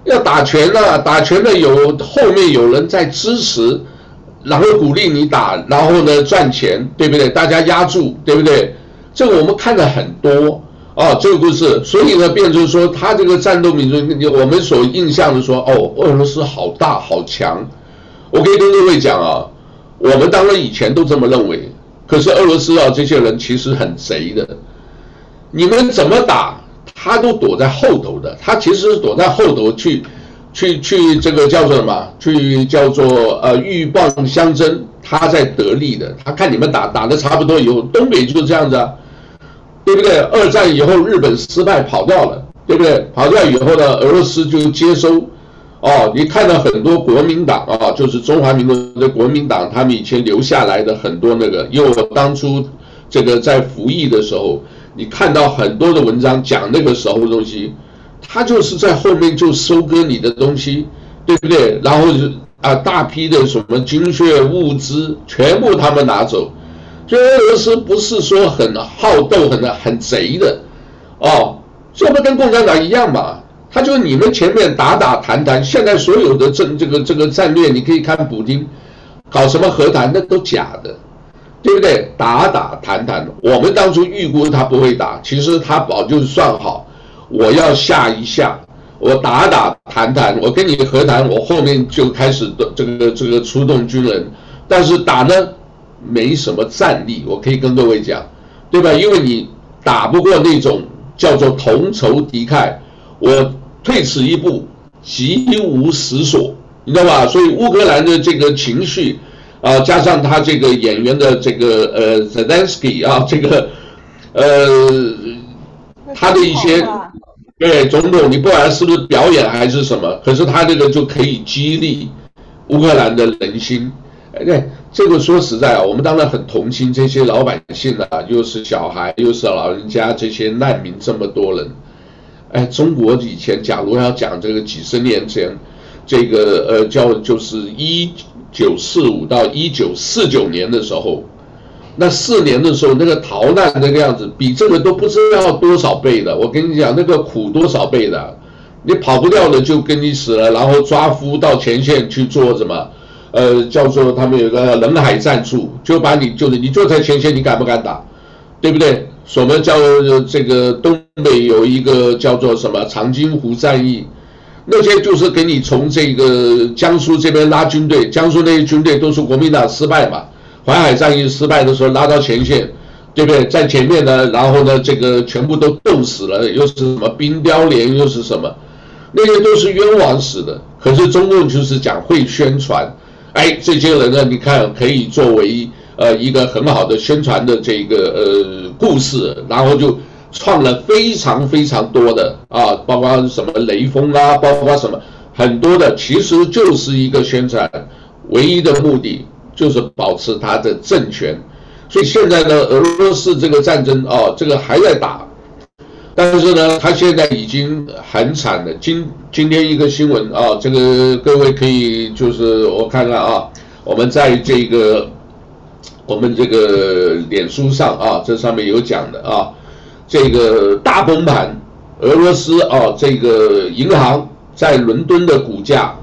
要打拳了，打拳了有后面有人在支持，然后鼓励你打，然后呢赚钱，对不对？大家压住，对不对？这个我们看了很多哦，这个故事，所以呢，变成说他这个战斗民族，我们所印象的说，哦，俄罗斯好大好强。我可以跟各位讲啊，我们当然以前都这么认为，可是俄罗斯啊这些人其实很贼的，你们怎么打？他都躲在后头的，他其实是躲在后头去，去去这个叫做什么？去叫做呃鹬蚌相争，他在得利的。他看你们打打的差不多以后，东北就是这样子啊，对不对？二战以后日本失败跑掉了，对不对？跑掉以后呢，俄罗斯就接收。哦，你看到很多国民党啊，就是中华民国的国民党，他们以前留下来的很多那个，因为我当初这个在服役的时候。你看到很多的文章讲那个时候的东西，他就是在后面就收割你的东西，对不对？然后啊，大批的什么精血物资全部他们拿走，所以俄罗斯不是说很好斗、很很贼的，哦，这不跟共产党一样嘛？他就你们前面打打谈谈，现在所有的政这个这个战略，你可以看普丁搞什么和谈，那都假的。对不对？打打谈谈，我们当初预估他不会打，其实他早就算好，我要下一下，我打打谈谈，我跟你和谈，我后面就开始这个这个出动军人，但是打呢没什么战力，我可以跟各位讲，对吧？因为你打不过那种叫做同仇敌忾，我退此一步，极无死所，你知道吧？所以乌克兰的这个情绪。啊，加上他这个演员的这个呃 Zelensky 啊，这个呃他的一些对总统，你不管是不是表演还是什么，可是他这个就可以激励乌克兰的人心。哎，对，这个说实在啊，我们当然很同情这些老百姓啊，又是小孩又是老人家，这些难民这么多人。哎，中国以前假如要讲这个几十年前，这个呃叫就是一。一九四五到一九四九年的时候，那四年的时候，那个逃难那个样子，比这个都不知道多少倍的。我跟你讲，那个苦多少倍的，你跑不掉的就跟你死了，然后抓夫到前线去做什么？呃，叫做他们有个人海战术，就把你就是你就在前线，你敢不敢打？对不对？什么叫这个东北有一个叫做什么长津湖战役？那些就是给你从这个江苏这边拉军队，江苏那些军队都是国民党失败嘛，淮海战役失败的时候拉到前线，对不对？在前面呢，然后呢，这个全部都冻死了，又是什么冰雕连，又是什么，那些都是冤枉死的。可是中共就是讲会宣传，哎，这些人呢，你看可以作为呃一个很好的宣传的这个呃故事，然后就。创了非常非常多的啊，包括什么雷锋啊，包括什么很多的，其实就是一个宣传，唯一的目的就是保持他的政权。所以现在呢，俄罗斯这个战争啊，这个还在打，但是呢，他现在已经很惨了。今今天一个新闻啊，这个各位可以就是我看看啊，我们在这个我们这个脸书上啊，这上面有讲的啊。这个大崩盘，俄罗斯啊，这个银行在伦敦的股价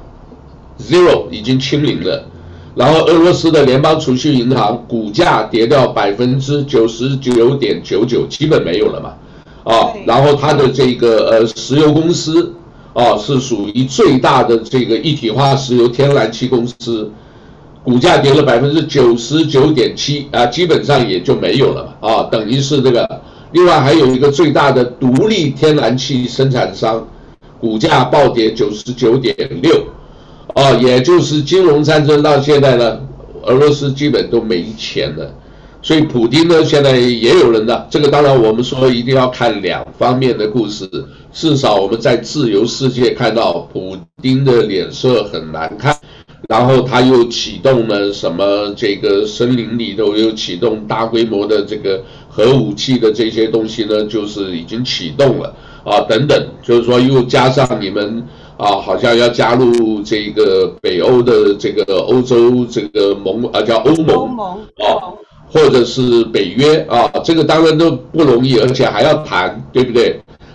zero 已经清零了，然后俄罗斯的联邦储蓄银行股价跌掉百分之九十九点九九，基本没有了嘛，啊，然后它的这个呃石油公司啊是属于最大的这个一体化石油天然气公司，股价跌了百分之九十九点七啊，基本上也就没有了嘛，啊，等于是这个。另外还有一个最大的独立天然气生产商，股价暴跌九十九点六，哦，也就是金融战争到现在呢，俄罗斯基本都没钱了，所以普丁呢现在也有人呢，这个当然我们说一定要看两方面的故事，至少我们在自由世界看到普丁的脸色很难看。然后他又启动了什么？这个森林里头又启动大规模的这个核武器的这些东西呢，就是已经启动了啊，等等，就是说又加上你们啊，好像要加入这个北欧的这个欧洲这个盟啊，叫欧盟，欧盟啊，或者是北约啊，这个当然都不容易，而且还要谈，对不对？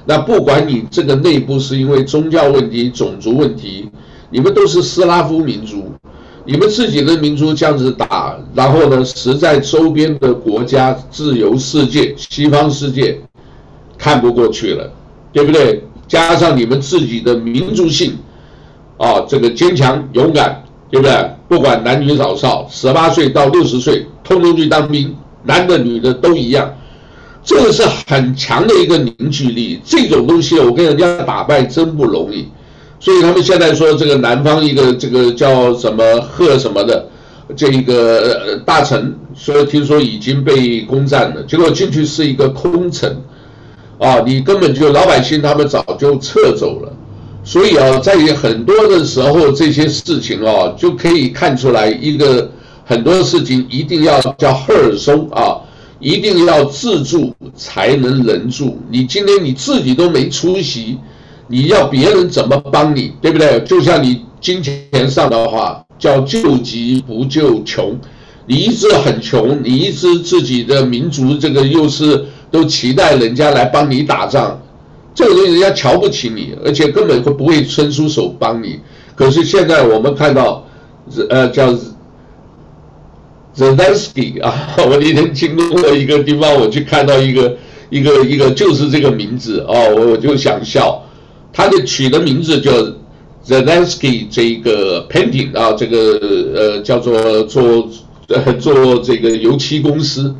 那不管你这个内部是因为宗教问题、种族问题，你们都是斯拉夫民族，你们自己的民族这样子打，然后呢，实在周边的国家、自由世界、西方世界看不过去了，对不对？加上你们自己的民族性，啊，这个坚强勇敢，对不对？不管男女老少，十八岁到六十岁，通通去当兵，男的女的都一样。这个是很强的一个凝聚力，这种东西我跟人家打败真不容易，所以他们现在说这个南方一个这个叫什么贺什么的这个大城，说听说已经被攻占了，结果进去是一个空城，啊，你根本就老百姓他们早就撤走了，所以啊，在很多的时候这些事情啊就可以看出来一个很多事情一定要叫赫尔松啊。一定要自助才能人助。你今天你自己都没出息，你要别人怎么帮你，对不对？就像你金钱上的话，叫救急不救穷。你一直很穷，你一直自己的民族这个又是都期待人家来帮你打仗，这个东西人家瞧不起你，而且根本会不会伸出手帮你。可是现在我们看到，呃，叫。Zelensky 啊，我那天经过一个地方，我去看到一个一个一个就是这个名字哦，我就想笑，他的取的名字叫 Zelensky 这个 painting 啊，这个呃叫做做呃做这个油漆公司，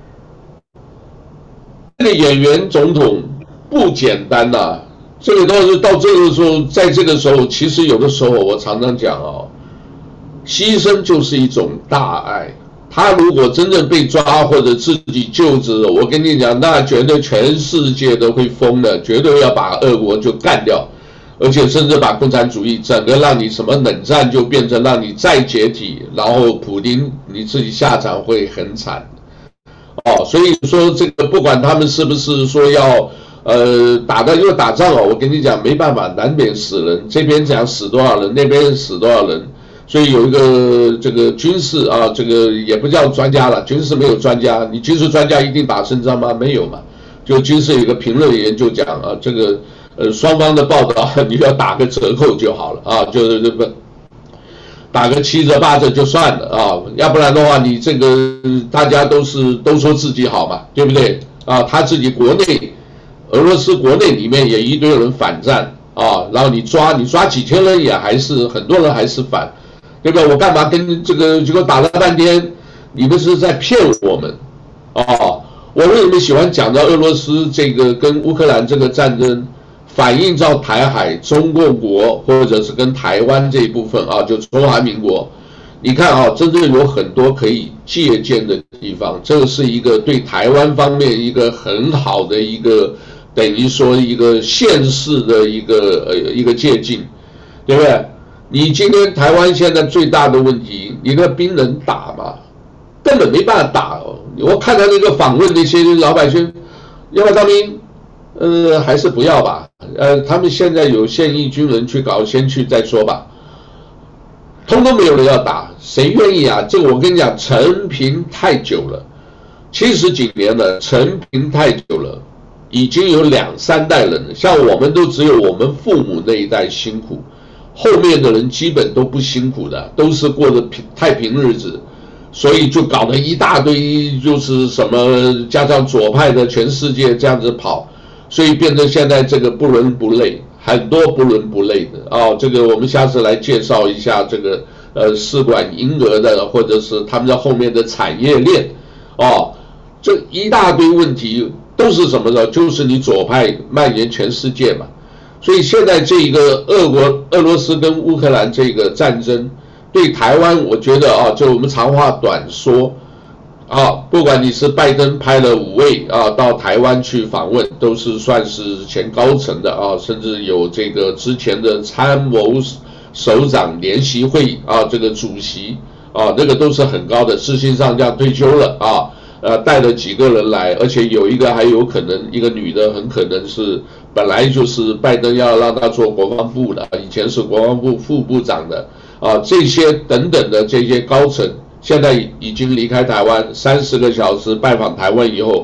这个演员总统不简单呐、啊，这个倒是到这个时候，在这个时候，其实有的时候我常常讲哦，牺牲就是一种大爱。他如果真正被抓或者自己就职，我跟你讲，那绝对全世界都会疯的，绝对要把俄国就干掉，而且甚至把共产主义整个让你什么冷战就变成让你再解体，然后普丁你自己下场会很惨。哦，所以说这个不管他们是不是说要呃打的，因为打仗哦，我跟你讲没办法，难免死人，这边讲死多少人，那边死多少人。所以有一个这个军事啊，这个也不叫专家了，军事没有专家，你军事专家一定打胜仗吗？没有嘛。就军事有一个评论员就讲啊，这个呃双方的报道你要打个折扣就好了啊，就是这个打个七折八折就算了啊，要不然的话你这个大家都是都说自己好嘛，对不对啊？他自己国内俄罗斯国内里面也一堆人反战啊，然后你抓你抓几千人也还是很多人还是反。对吧？我干嘛跟这个结果打了半天，你们是在骗我们，哦，我为什么喜欢讲到俄罗斯这个跟乌克兰这个战争，反映到台海、中共国或者是跟台湾这一部分啊，就中华民国，你看啊，真正有很多可以借鉴的地方，这个是一个对台湾方面一个很好的一个等于说一个现世的一个呃一个借鉴，对不对？你今天台湾现在最大的问题，你那兵能打吗？根本没办法打哦。我看他那个访问那些老百姓，要不要当兵？呃，还是不要吧。呃，他们现在有现役军人去搞，先去再说吧。通通没有人要打，谁愿意啊？这个我跟你讲，陈平太久了，七十几年了，陈平太久了，已经有两三代人了。像我们都只有我们父母那一代辛苦。后面的人基本都不辛苦的，都是过着平太平日子，所以就搞得一大堆，就是什么加上左派的全世界这样子跑，所以变成现在这个不伦不类，很多不伦不类的哦。这个我们下次来介绍一下这个呃试管婴儿的，或者是他们在后面的产业链哦，这一大堆问题都是什么呢？就是你左派蔓延全世界嘛。所以现在这个俄国、俄罗斯跟乌克兰这个战争，对台湾，我觉得啊，就我们长话短说，啊，不管你是拜登派了五位啊到台湾去访问，都是算是前高层的啊，甚至有这个之前的参谋首长联席会议啊，这个主席啊，那个都是很高的，事实上这样退休了啊。呃，带了几个人来，而且有一个还有可能一个女的，很可能是本来就是拜登要让她做国防部的，以前是国防部副部长的啊，这些等等的这些高层，现在已经离开台湾，三十个小时拜访台湾以后，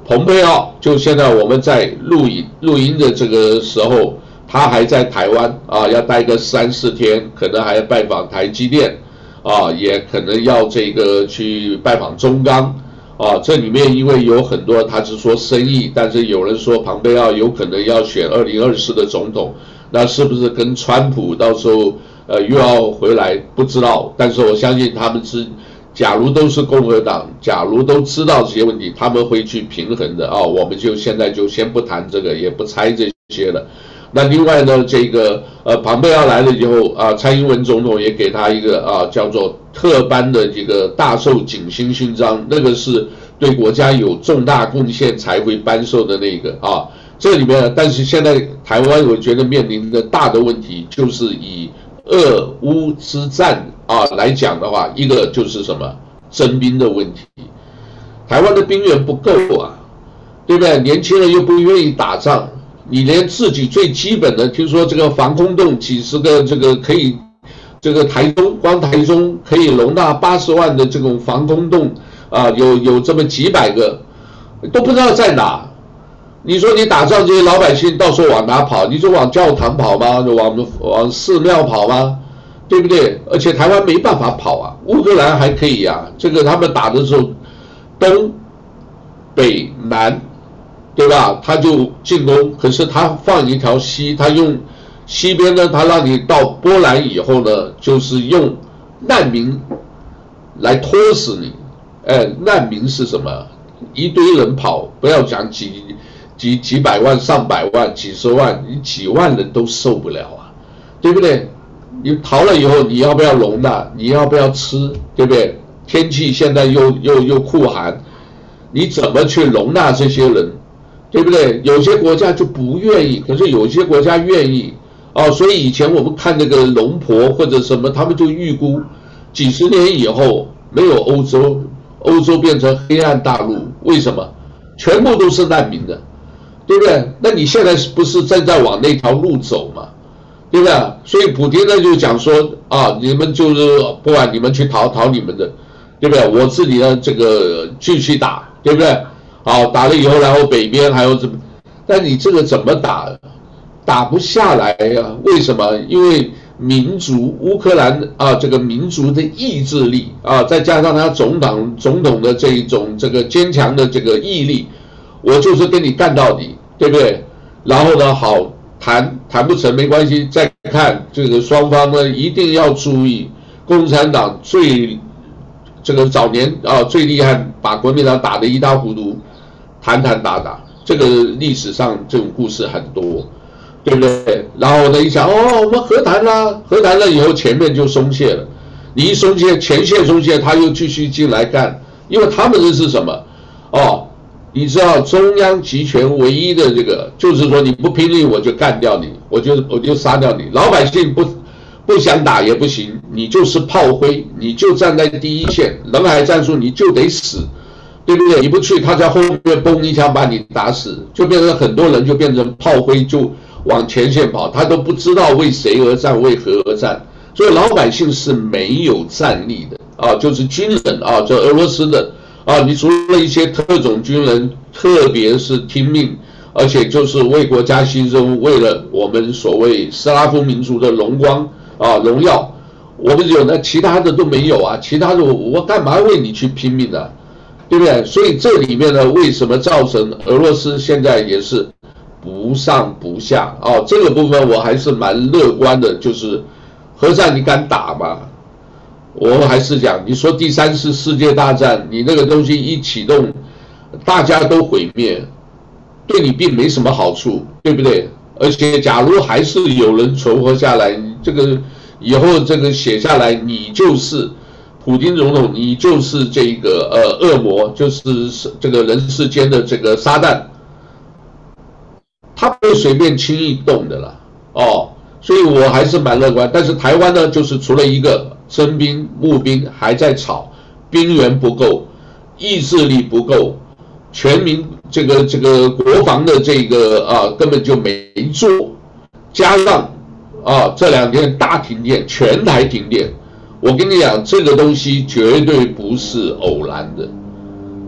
蓬佩奥就现在我们在录影录音的这个时候，他还在台湾啊，要待个三四天，可能还要拜访台积电啊，也可能要这个去拜访中钢啊。这里面因为有很多他是说生意，但是有人说蓬佩奥有可能要选二零二四的总统，那是不是跟川普到时候呃又要回来不知道，但是我相信他们是。假如都是共和党，假如都知道这些问题，他们会去平衡的啊。我们就现在就先不谈这个，也不猜这些了。那另外呢，这个呃，庞佩奥来了以后啊，蔡英文总统也给他一个啊叫做特颁的这个大寿锦星勋章，那个是对国家有重大贡献才会颁授的那个啊。这里面，但是现在台湾我觉得面临的大的问题就是以。俄乌之战啊来讲的话，一个就是什么征兵的问题，台湾的兵源不够啊，对不对？年轻人又不愿意打仗，你连自己最基本的，听说这个防空洞几十个，这个可以，这个台中光台中可以容纳八十万的这种防空洞啊，有有这么几百个，都不知道在哪。你说你打仗这些老百姓到时候往哪跑？你说往教堂跑吗？往往寺庙跑吗？对不对？而且台湾没办法跑啊，乌克兰还可以啊。这个他们打的时候，东、北、南，对吧？他就进攻，可是他放一条西，他用西边呢，他让你到波兰以后呢，就是用难民来拖死你。哎，难民是什么？一堆人跑，不要讲几。几几百万、上百万、几十万，你几万人都受不了啊，对不对？你逃了以后，你要不要容纳？你要不要吃？对不对？天气现在又又又酷寒，你怎么去容纳这些人？对不对？有些国家就不愿意，可是有些国家愿意哦。所以以前我们看那个龙婆或者什么，他们就预估几十年以后没有欧洲，欧洲变成黑暗大陆，为什么？全部都是难民的。对不对？那你现在不是正在往那条路走嘛？对不对？所以普丁呢就讲说啊，你们就是不管你们去逃逃你们的，对不对？我自己呢这个继续打，对不对？好，打了以后，然后北边还有怎么？但你这个怎么打？打不下来呀、啊？为什么？因为民族乌克兰啊，这个民族的意志力啊，再加上他总党总统的这一种这个坚强的这个毅力。我就是跟你干到底，对不对？然后呢，好谈谈不成没关系，再看这个双方呢一定要注意，共产党最这个早年啊最厉害，把国民党打得一塌糊涂，谈谈打打，这个历史上这种故事很多，对不对？然后呢一想，哦，我们和谈啦，和谈了以后前面就松懈了，你一松懈，前线松懈，他又继续进来干，因为他们的是什么？哦。你知道中央集权唯一的这个，就是说你不拼命我就干掉你，我就我就杀掉你。老百姓不不想打也不行，你就是炮灰，你就站在第一线，人海战术你就得死，对不对？你不去，他在后面嘣一枪把你打死，就变成很多人就变成炮灰，就往前线跑，他都不知道为谁而战，为何而战。所以老百姓是没有战力的啊，就是军人啊，就俄罗斯的。啊，你除了一些特种军人，特别是听命，而且就是为国家牺牲，为了我们所谓斯拉夫民族的荣光啊荣耀，我们有那其他的都没有啊，其他的我我干嘛为你去拼命啊，对不对？所以这里面呢，为什么造成俄罗斯现在也是不上不下啊？这个部分我还是蛮乐观的，就是核战你敢打吗？我还是讲，你说第三次世界大战，你那个东西一启动，大家都毁灭，对你并没什么好处，对不对？而且，假如还是有人存活下来，你这个以后这个写下来，你就是普丁总统，你就是这个呃恶魔，就是这个人世间的这个撒旦，他不会随便轻易动的啦，哦。所以我还是蛮乐观，但是台湾呢，就是除了一个征兵募兵还在吵，兵源不够，意志力不够，全民这个这个国防的这个啊根本就没做，加上啊这两天大停电，全台停电，我跟你讲，这个东西绝对不是偶然的，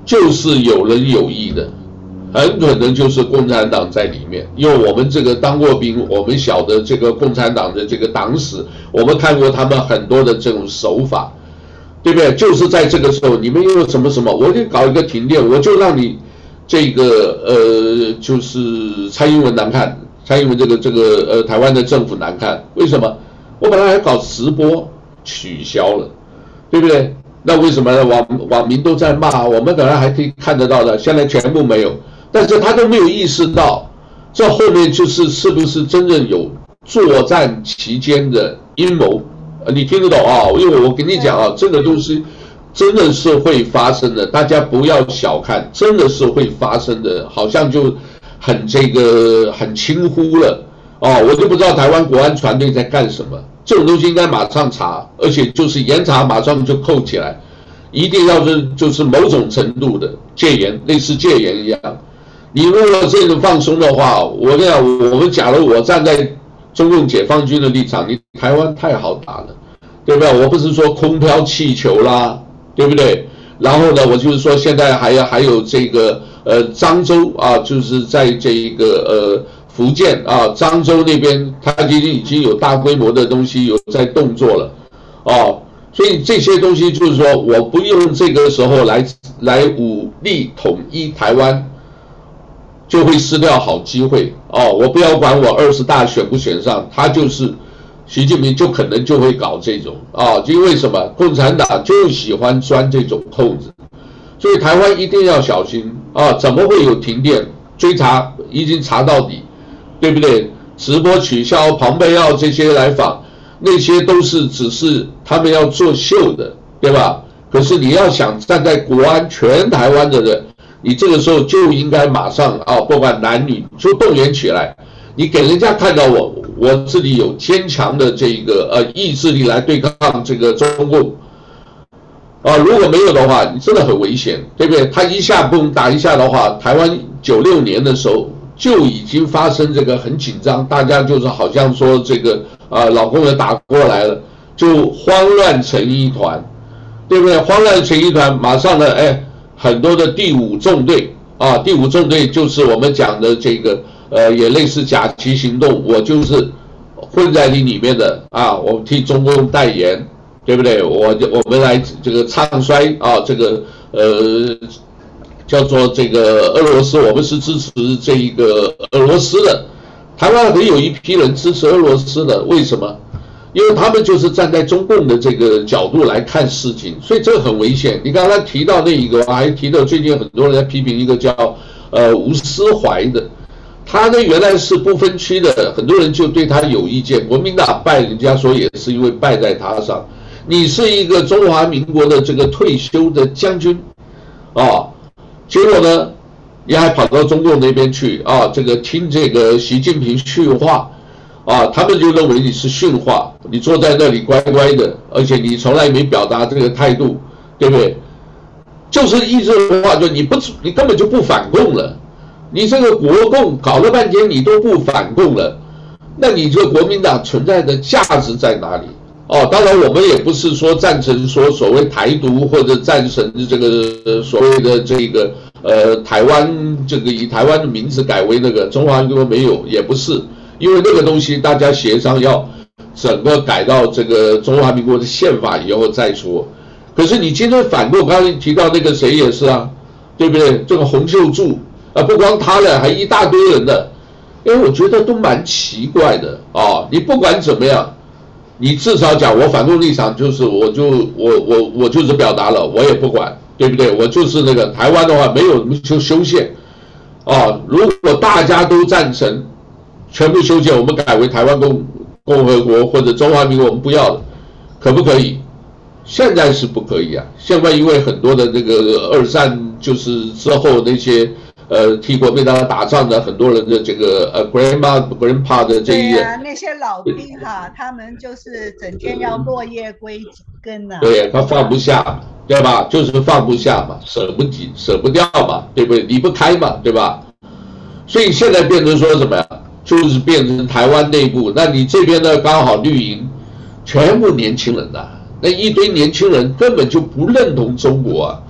就是有人有意的，很可能就是共产党在里面。因为我们这个当过兵，我们晓得这个共产党的这个党史，我们看过他们很多的这种手法，对不对？就是在这个时候，你们又什么什么，我就搞一个停电，我就让你这个呃，就是蔡英文难看。蔡英文这个这个呃台湾的政府难看，为什么？我本来还搞直播，取消了，对不对？那为什么呢？网网民都在骂，我们本来还可以看得到的，现在全部没有。但是他都没有意识到，这后面就是是不是真正有作战期间的阴谋？呃，你听得懂啊？因为我跟你讲啊，这个东西真的是会发生的，大家不要小看，真的是会发生的，好像就。很这个很轻忽了哦，我就不知道台湾国安团队在干什么。这种东西应该马上查，而且就是严查，马上就扣起来，一定要是就是某种程度的戒严，类似戒严一样。你如果这种放松的话，我跟你讲，我们假如我站在中共解放军的立场，你台湾太好打了，对不对？我不是说空飘气球啦，对不对？然后呢，我就是说现在还有还有这个。呃，漳州啊，就是在这一个呃福建啊，漳州那边，它已经已经有大规模的东西有在动作了，哦，所以这些东西就是说，我不用这个时候来来武力统一台湾，就会失掉好机会哦。我不要管我二十大选不选上，他就是习近平就可能就会搞这种啊，因为什么？共产党就喜欢钻这种空子。所以台湾一定要小心啊！怎么会有停电？追查已经查到底，对不对？直播取消，庞贝奥这些来访，那些都是只是他们要作秀的，对吧？可是你要想站在国安全台湾的人，你这个时候就应该马上啊，不管男女，就动员起来，你给人家看到我，我自己有坚强的这个呃意志力来对抗这个中共。啊，如果没有的话，你真的很危险，对不对？他一下蹦打一下的话，台湾九六年的时候就已经发生这个很紧张，大家就是好像说这个啊，老公也打过来了，就慌乱成一团，对不对？慌乱成一团，马上呢，哎，很多的第五纵队啊，第五纵队就是我们讲的这个呃，也类似甲级行动，我就是混在你里面的啊，我替中共代言。对不对？我我们来这个唱衰啊，这个呃叫做这个俄罗斯，我们是支持这一个俄罗斯的。台湾很有一批人支持俄罗斯的，为什么？因为他们就是站在中共的这个角度来看事情，所以这个很危险。你刚才提到那一个，我还提到最近很多人在批评一个叫呃吴思怀的，他呢原来是不分区的，很多人就对他有意见。国民党败人家说也是因为败在他上。你是一个中华民国的这个退休的将军，啊，结果呢，你还跑到中共那边去啊，这个听这个习近平训话，啊，他们就认为你是训话，你坐在那里乖乖的，而且你从来没表达这个态度，对不对？就是意思的话，就你不，你根本就不反共了，你这个国共搞了半天你都不反共了，那你这个国民党存在的价值在哪里？哦，当然我们也不是说赞成说所谓台独或者赞成这个所谓的这个呃台湾这个以台湾的名字改为那个中华民国没有，也不是，因为那个东西大家协商要整个改到这个中华民国的宪法以后再说。可是你今天反过，刚才提到那个谁也是啊，对不对？这个洪秀柱啊，不光他了，还一大堆人的，因为我觉得都蛮奇怪的啊。你不管怎么样。你至少讲我反共立场就是我就我我我就是表达了，我也不管，对不对？我就是那个台湾的话没有修修宪，啊，如果大家都赞成全部修宪，我们改为台湾共共和国或者中华民国，我们不要了，可不可以？现在是不可以啊！现在因为很多的那个二战就是之后那些呃替国民党打仗的很多人的这个呃 grandma grandpa 的这一对啊，那些老兵哈，他们就是整天要落叶归根啊。 对，他放不下，对吧？就是放不下嘛，舍不紧，舍不掉嘛，对不对？离不开嘛，对吧？所以现在变成说什么呀？就是变成台湾内部，那你这边呢刚好绿营全部年轻人呐、啊。那一堆年轻人根本就不认同中国啊，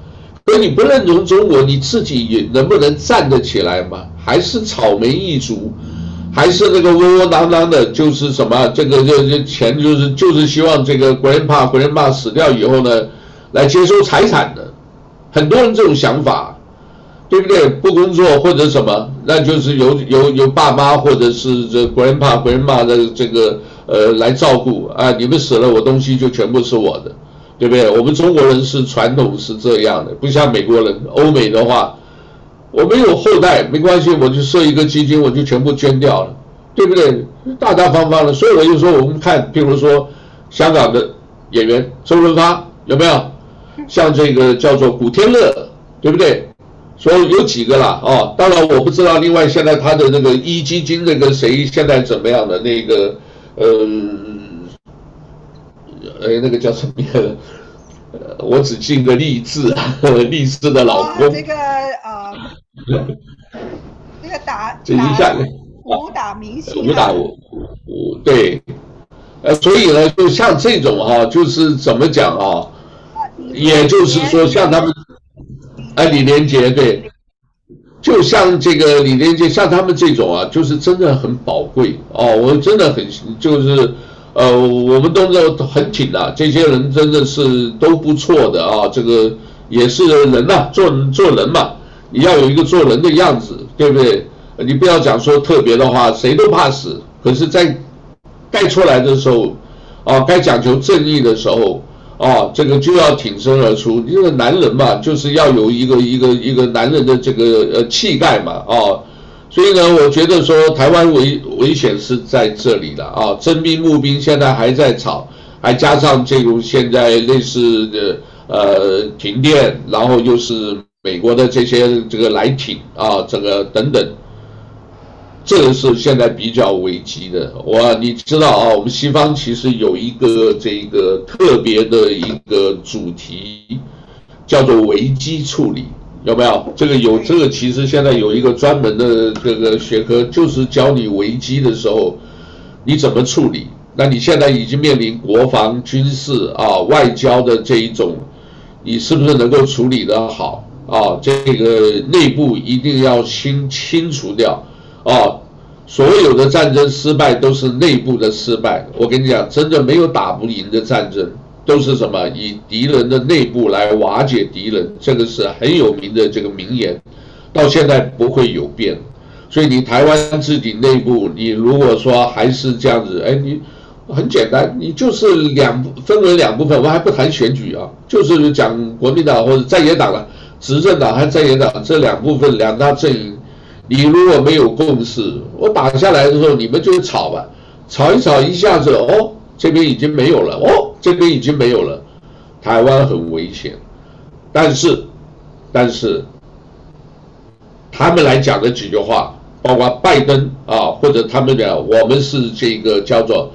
所以你不认同中国，你自己也能不能站得起来嘛？还是草莓一族，还是那个窝窝囊囊的，就是什么这个这这钱就是就是希望这个 grandpa grandpa 死掉以后呢，来接收财产的，很多人这种想法，对不对？不工作或者什么，那就是由由由爸妈或者是这 grandpa grandma 的这个呃来照顾啊，你们死了，我东西就全部是我的。对不对？我们中国人是传统是这样的，不像美国人。欧美的话，我没有后代没关系，我就设一个基金，我就全部捐掉了，对不对？大大方方的。所以我就说，我们看，譬如说香港的演员周润发有没有？像这个叫做古天乐，对不对？所以有几个啦，哦，当然我不知道。另外，现在他的那个一基金那个谁现在怎么样的那个呃。哎，那个叫什么名字？我只记个励志，励志的老公。 哦、这个呃，这个打打武打明星、啊， 武打武武对，呃，所以呢，就像这种哈、啊，就是怎么讲啊？也就是说，像他们，哎，李连杰对，就像这个李连杰，像他们这种啊，就是真的很宝贵哦，我真的很就是。呃，我们都都很挺啊，这些人真的是都不错的啊，这个也是人呐、啊，做做人嘛，你要有一个做人的样子，对不对？你不要讲说特别的话，谁都怕死，可是，在该出来的时候，啊，该讲求正义的时候，啊，这个就要挺身而出。这个男人嘛，就是要有一个一个一个男人的这个呃气概嘛，啊。所以呢，我觉得说台湾危危险是在这里的啊，征兵募兵现在还在吵，还加上这种现在类似的呃停电，然后又是美国的这些这个来挺啊，这个等等，这个是现在比较危机的。我你知道啊，我们西方其实有一个这个特别的一个主题，叫做危机处理。有没有这个有这个？其实现在有一个专门的这个学科，就是教你危机的时候你怎么处理。那你现在已经面临国防、军事啊、外交的这一种，你是不是能够处理得好啊？这个内部一定要清清除掉啊！所有的战争失败都是内部的失败。我跟你讲，真的没有打不赢的战争。都是什么以敌人的内部来瓦解敌人，这个是很有名的这个名言，到现在不会有变。所以你台湾自己内部，你如果说还是这样子，哎，你很简单，你就是两分为两部分，我还不谈选举啊，就是讲国民党或者在野党了，执政党和在野党这两部分两大阵营，你如果没有共识，我打下来的时候你们就吵吧，吵一吵一下子哦，这边已经没有了哦。这边已经没有了，台湾很危险，但是，但是，他们来讲的几句话，包括拜登啊，或者他们讲我们是这个叫做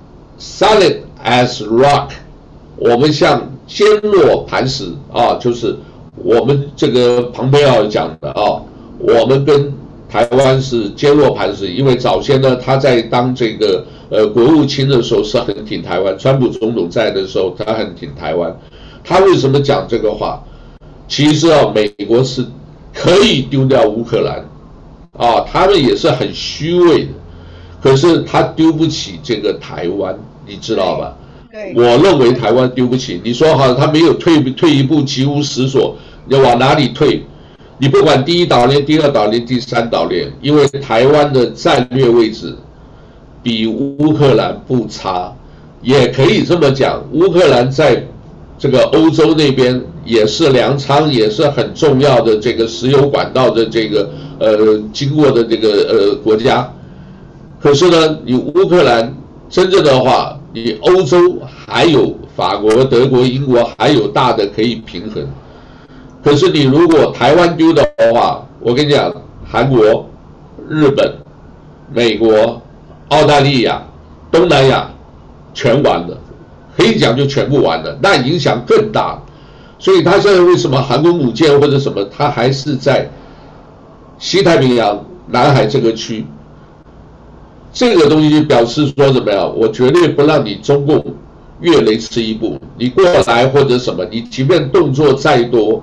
solid as rock， 我们像坚若磐石啊，就是我们这个庞培奥讲的啊，我们跟台湾是坚若磐石，因为早先呢他在当这个。呃，国务卿的时候是很挺台湾，川普总统在的时候他很挺台湾。他为什么讲这个话？其实啊，美国是可以丢掉乌克兰，啊，他们也是很虚伪的，可是他丢不起这个台湾，你知道吧？ 对， 我认为台湾丢不起。你说好，他没有退退一步，急无死所，你往哪里退？你不管第一岛链、第二岛链、第三岛链，因为台湾的战略位置。比乌克兰不差，也可以这么讲。乌克兰在这个欧洲那边也是粮仓，也是很重要的这个石油管道的这个呃经过的这个呃国家。可是呢，你乌克兰真正的话，你欧洲还有法国、德国、英国还有大的可以平衡。可是你如果台湾丢的话，我跟你讲，韩国、日本、美国。澳大利亚、东南亚全完了，可以讲就全部完了，那影响更大。所以他现在为什么航空母舰或者什么，他还是在西太平洋、南海这个区，这个东西就表示说怎么样？我绝对不让你中共越雷池一步，你过来或者什么，你即便动作再多，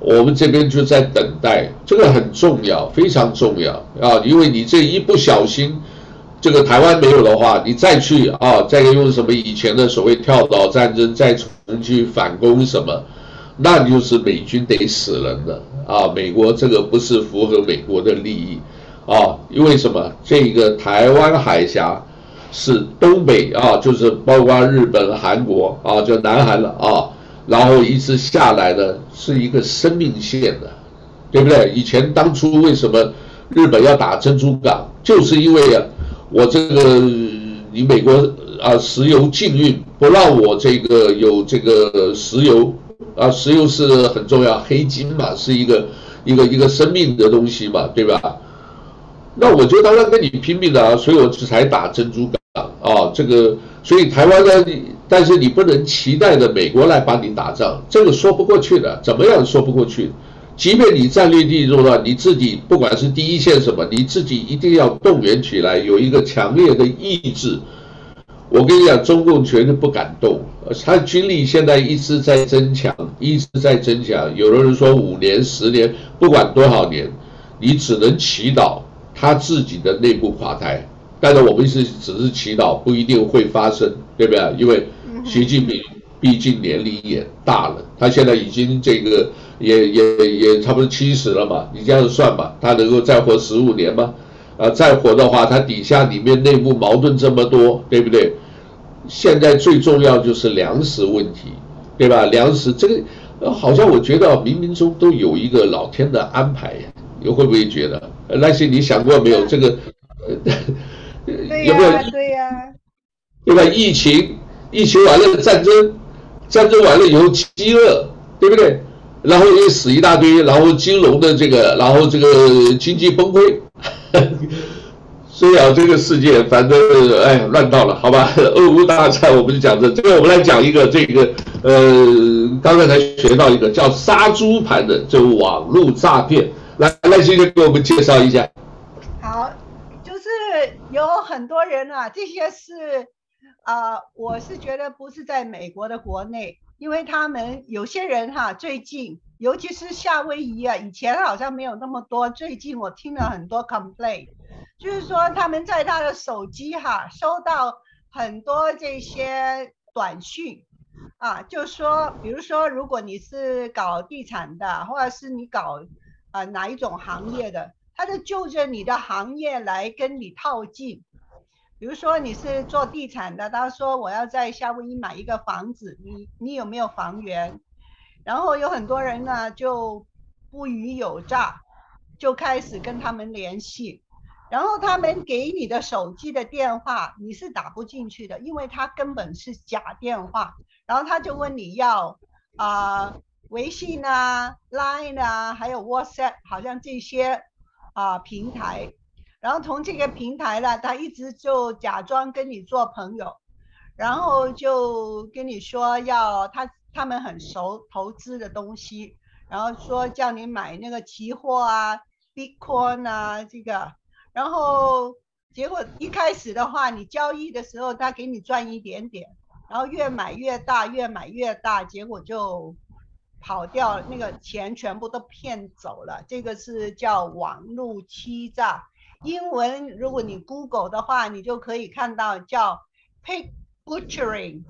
我们这边就在等待，这个很重要，非常重要啊！因为你这一不小心，这个台湾没有的话，你再去啊，再用什么以前的所谓跳岛战争，再重去反攻什么，那就是美军得死人了啊！美国这个不是符合美国的利益啊，因为什么？这个台湾海峡是东北啊，就是包括日本、韩国啊，就南韩了啊。然后一直下来的是一个生命线的，对不对？以前当初为什么日本要打珍珠港，就是因为啊，我这个你美国啊石油禁运，不让我这个有这个石油啊，石油是很重要，黑金嘛，是一个一个一个生命的东西嘛，对吧？那我就当然跟你拼命的啊，所以我才打珍珠港啊，这个所以台湾呢。但是你不能期待着美国来帮你打仗，这个说不过去的，怎么样说不过去？即便你战略地中呢，你自己不管是第一线什么，你自己一定要动员起来，有一个强烈的意志。我跟你讲，中共绝对不敢动，他军力现在一直在增强，一直在增强。有的人说五年、十年，不管多少年，你只能祈祷他自己的内部垮台。但是我们是只是祈祷，不一定会发生，对不对？因为习近平毕竟年龄也大了，他现在已经这个也也也差不多七十了嘛，你这样算吧，他能够再活十五年吗？啊，再活的话，他底下里面内部矛盾这么多，对不对？现在最重要就是粮食问题，对吧？粮食这个好像我觉得冥冥中都有一个老天的安排，你会不会觉得？那些你想过没有？这个有没有？ 对呀、啊， 对吧？疫情。疫情完了，战争，战争完了以后饥饿，对不对？然后又死一大堆，然后金融的这个，然后这个经济崩溃，所以啊，这个世界反正哎乱套了，好吧？俄乌大战我们就讲这，这个我们来讲一个这个呃，刚才才学到一个叫杀猪盘的这个网络诈骗，来来，今天给我们介绍一下。 好，就是有很多人啊，这些是。啊、呃，我是觉得不是在美国的国内，因为他们有些人哈，最近尤其是夏威夷啊，以前好像没有那么多，最近我听了很多 complaint， 就是说他们在他的手机哈收到很多这些短讯啊，就说比如说如果你是搞地产的，或者是你搞啊、呃、哪一种行业的，他就就着你的行业来跟你套近。比如说你是做地产的，他说我要在夏威夷买一个房子，你你有没有房源？然后有很多人呢就不虞有诈，就开始跟他们联系，然后他们给你的手机的电话你是打不进去的，因为他根本是假电话，然后他就问你要啊、呃、微信啊、Line 啊，还有 WhatsApp， 好像这些啊、呃、平台。然后从这个平台呢，他一直就假装跟你做朋友，然后就跟你说要他他们很熟投资的东西，然后说叫你买那个期货啊、Bitcoin 啊这个，然后结果一开始的话，你交易的时候他给你赚一点点，然后越买越大，越买越大，结果就跑掉了，那个钱全部都骗走了，这个是叫网络欺诈。英文如果你 Google 的话，你就可以看到叫 pig butchering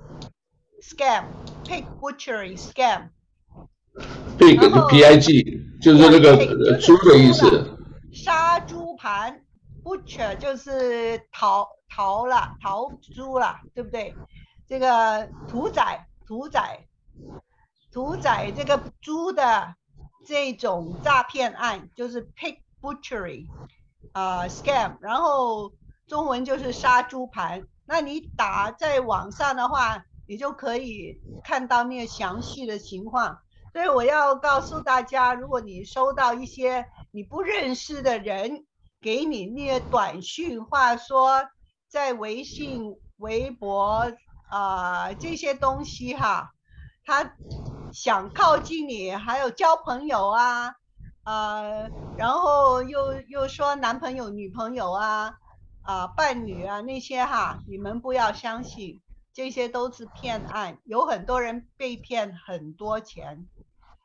scam， pig butchering scam。 pig 就 P I G， 就是那个猪的意思。 杀猪盘 ，butcher 就是屠屠了，屠猪了，对不对？这个屠宰屠宰屠宰这个猪的这种诈骗案就是 pig butchery。呃 scam， 然后中文就是杀猪盘。那你打在网上的话，你就可以看到那个详细的情况。所以我要告诉大家，如果你收到一些你不认识的人给你那些短讯，话说在微信、微博啊、呃、这些东西哈，他想靠近你，还有交朋友啊。呃，然后又又说男朋友、女朋友啊，啊、呃、伴侣啊那些哈，你们不要相信，这些都是骗案，有很多人被骗很多钱，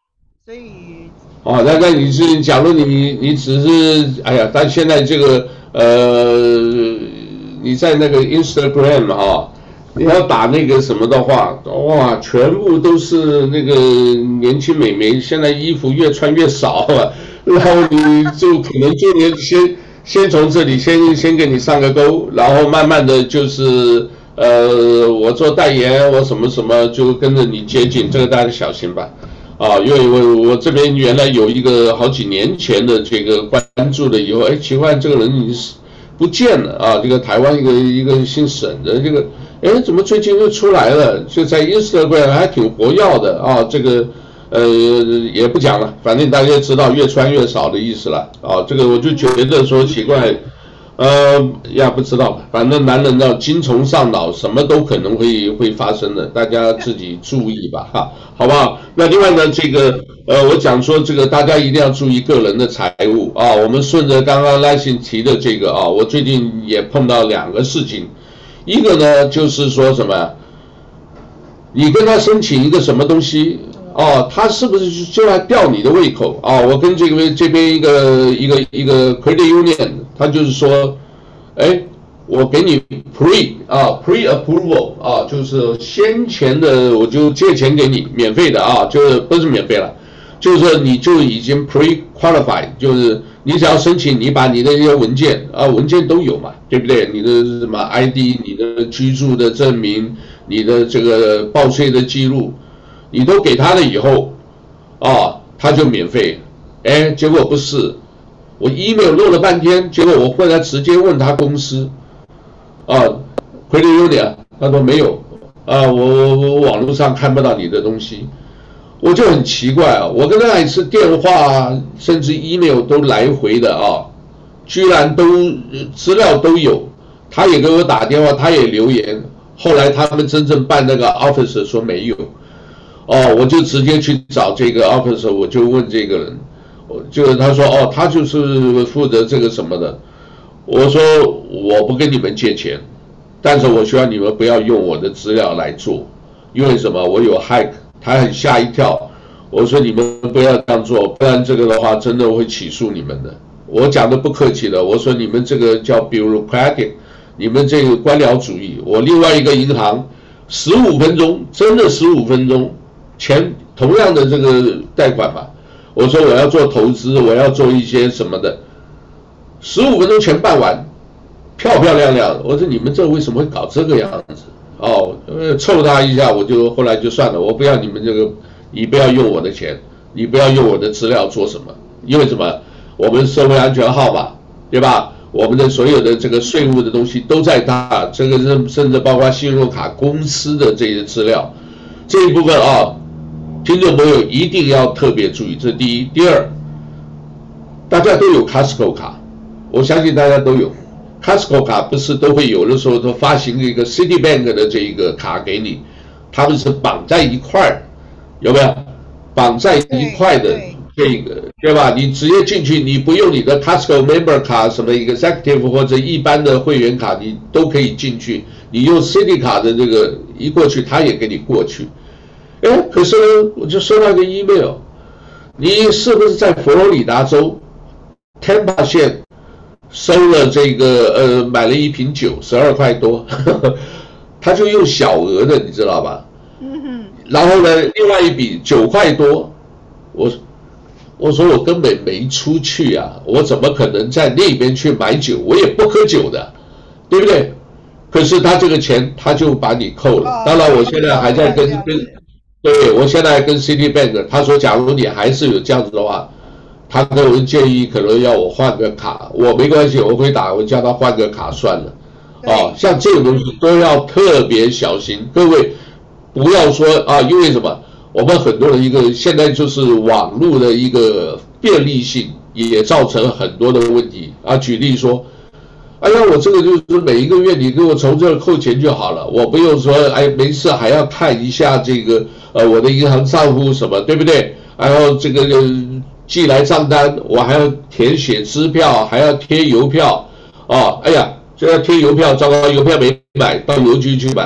所以。 哦，那那你是，假如你你只是，哎呀，但现在这个呃，你在那个 Instagram 啊，你要打那个什么的话，哇，全部都是那个年轻美眉，现在衣服越穿越少啊，然后你就可能就连先先从这里先先给你上个钩，然后慢慢的就是呃，我做代言，我什么什么就跟着你接近，这个大家小心吧。啊，因为我我这边原来有一个好几年前的这个关注了以后，哎，奇怪，这个人已经不见了啊！这个台湾一个一个姓沈的这个，哎，怎么最近又出来了？就在 Instagram 还挺活跃的啊！这个呃也不讲了，反正大家知道越穿越少的意思了啊！这个我就觉得说奇怪。呃呀，不知道吧，反正男人呢，精虫上脑，什么都可能会会发生的，大家自己注意吧，哈，好不好？那另外呢，这个呃，我讲说这个大家一定要注意个人的财务啊。我们顺着刚刚赖信提的这个啊，我最近也碰到两个事情，一个呢就是说什么，你跟他申请一个什么东西。哦，他是不是就要吊你的胃口啊？我跟这个这边一个一个一个 credit union， 他就是说，哎，我给你 pre 啊 pre approval 啊，就是先前的我就借钱给你，免费的啊，就是不是免费了，就是你就已经 pre qualified， 就是你只要申请，你把你的一些文件啊文件都有嘛，对不对？你的什么 I D， 你的居住的证明，你的这个报税的记录。你都给他了以后，啊，他就免费，哎，结果不是，我 email 弄了半天，结果我后来直接问他公司，啊 ，credit union， 他说没有，啊，我我我网络上看不到你的东西，我就很奇怪啊，我跟他一次电话，甚至 email 都来回的啊，居然都资料都有，他也给我打电话，他也留言，后来他们真正办那个 office 说没有。哦，我就直接去找这个 officer， 我就问这个人，我就是他说哦，他就是负责这个什么的。我说我不跟你们借钱，但是我希望你们不要用我的资料来做，因为什么？我有 hack， 他很吓一跳。我说你们不要这样做，不然这个的话真的会起诉你们的。我讲的不客气的，我说你们这个叫 bureaucratic， 你们这个官僚主义。我另外一个银行十五分钟，真的十五分钟。钱同样的这个贷款嘛，我说我要做投资，我要做一些什么的，十五分钟钱办完，漂漂亮亮。我说你们这为什么会搞这个样子？哦，呃，凑他一下，我就后来就算了，我不要你们这个，你不要用我的钱，你不要用我的资料做什么？因为什么？我们社会安全号码，对吧？我们的所有的这个税务的东西都在他这个甚甚至包括信用卡公司的这些资料，这一部分啊。听众朋友一定要特别注意，这是第一。第二，大家都有 Costco 卡，我相信大家都有 Costco 卡，不是都会有的时候都发行一个 Citibank 的这一个卡给你，他们是绑在一块儿，有没有？绑在一块的这个，对吧？你直接进去，你不用你的 Costco Member 卡，什么 Executive 或者一般的会员卡，你都可以进去。你用 Citi 卡的这个一过去，他也给你过去。哎，可是呢，我就收到一个 email， 你是不是在佛罗里达州 Tampa 县收了这个呃买了一瓶酒，十二块多，呵呵，他就用小额的，你知道吧？嗯哼。然后呢，另外一笔九块多，我我说我根本没出去啊，我怎么可能在那边去买酒？我也不喝酒的，对不对？可是他这个钱他就把你扣了。当然，我现在还在跟跟。对，我现在跟 Citibank， 他说，假如你还是有这样子的话，他给我建议可能要我换个卡，我没关系，我会打，我叫他换个卡算了。哦，像这种东西都要特别小心，各位不要说啊，因为什么？我们很多人一个现在就是网络的一个便利性，也造成了很多的问题啊。举例说。哎呀，我这个就是每一个月你给我从这儿扣钱就好了，我不用说，哎，没事还要看一下这个呃我的银行账户什么，对不对？然后这个、呃、寄来账单，我还要填写支票，还要贴邮票，哦，哎呀，这要贴邮票，糟糕，邮票没买，到邮局去买，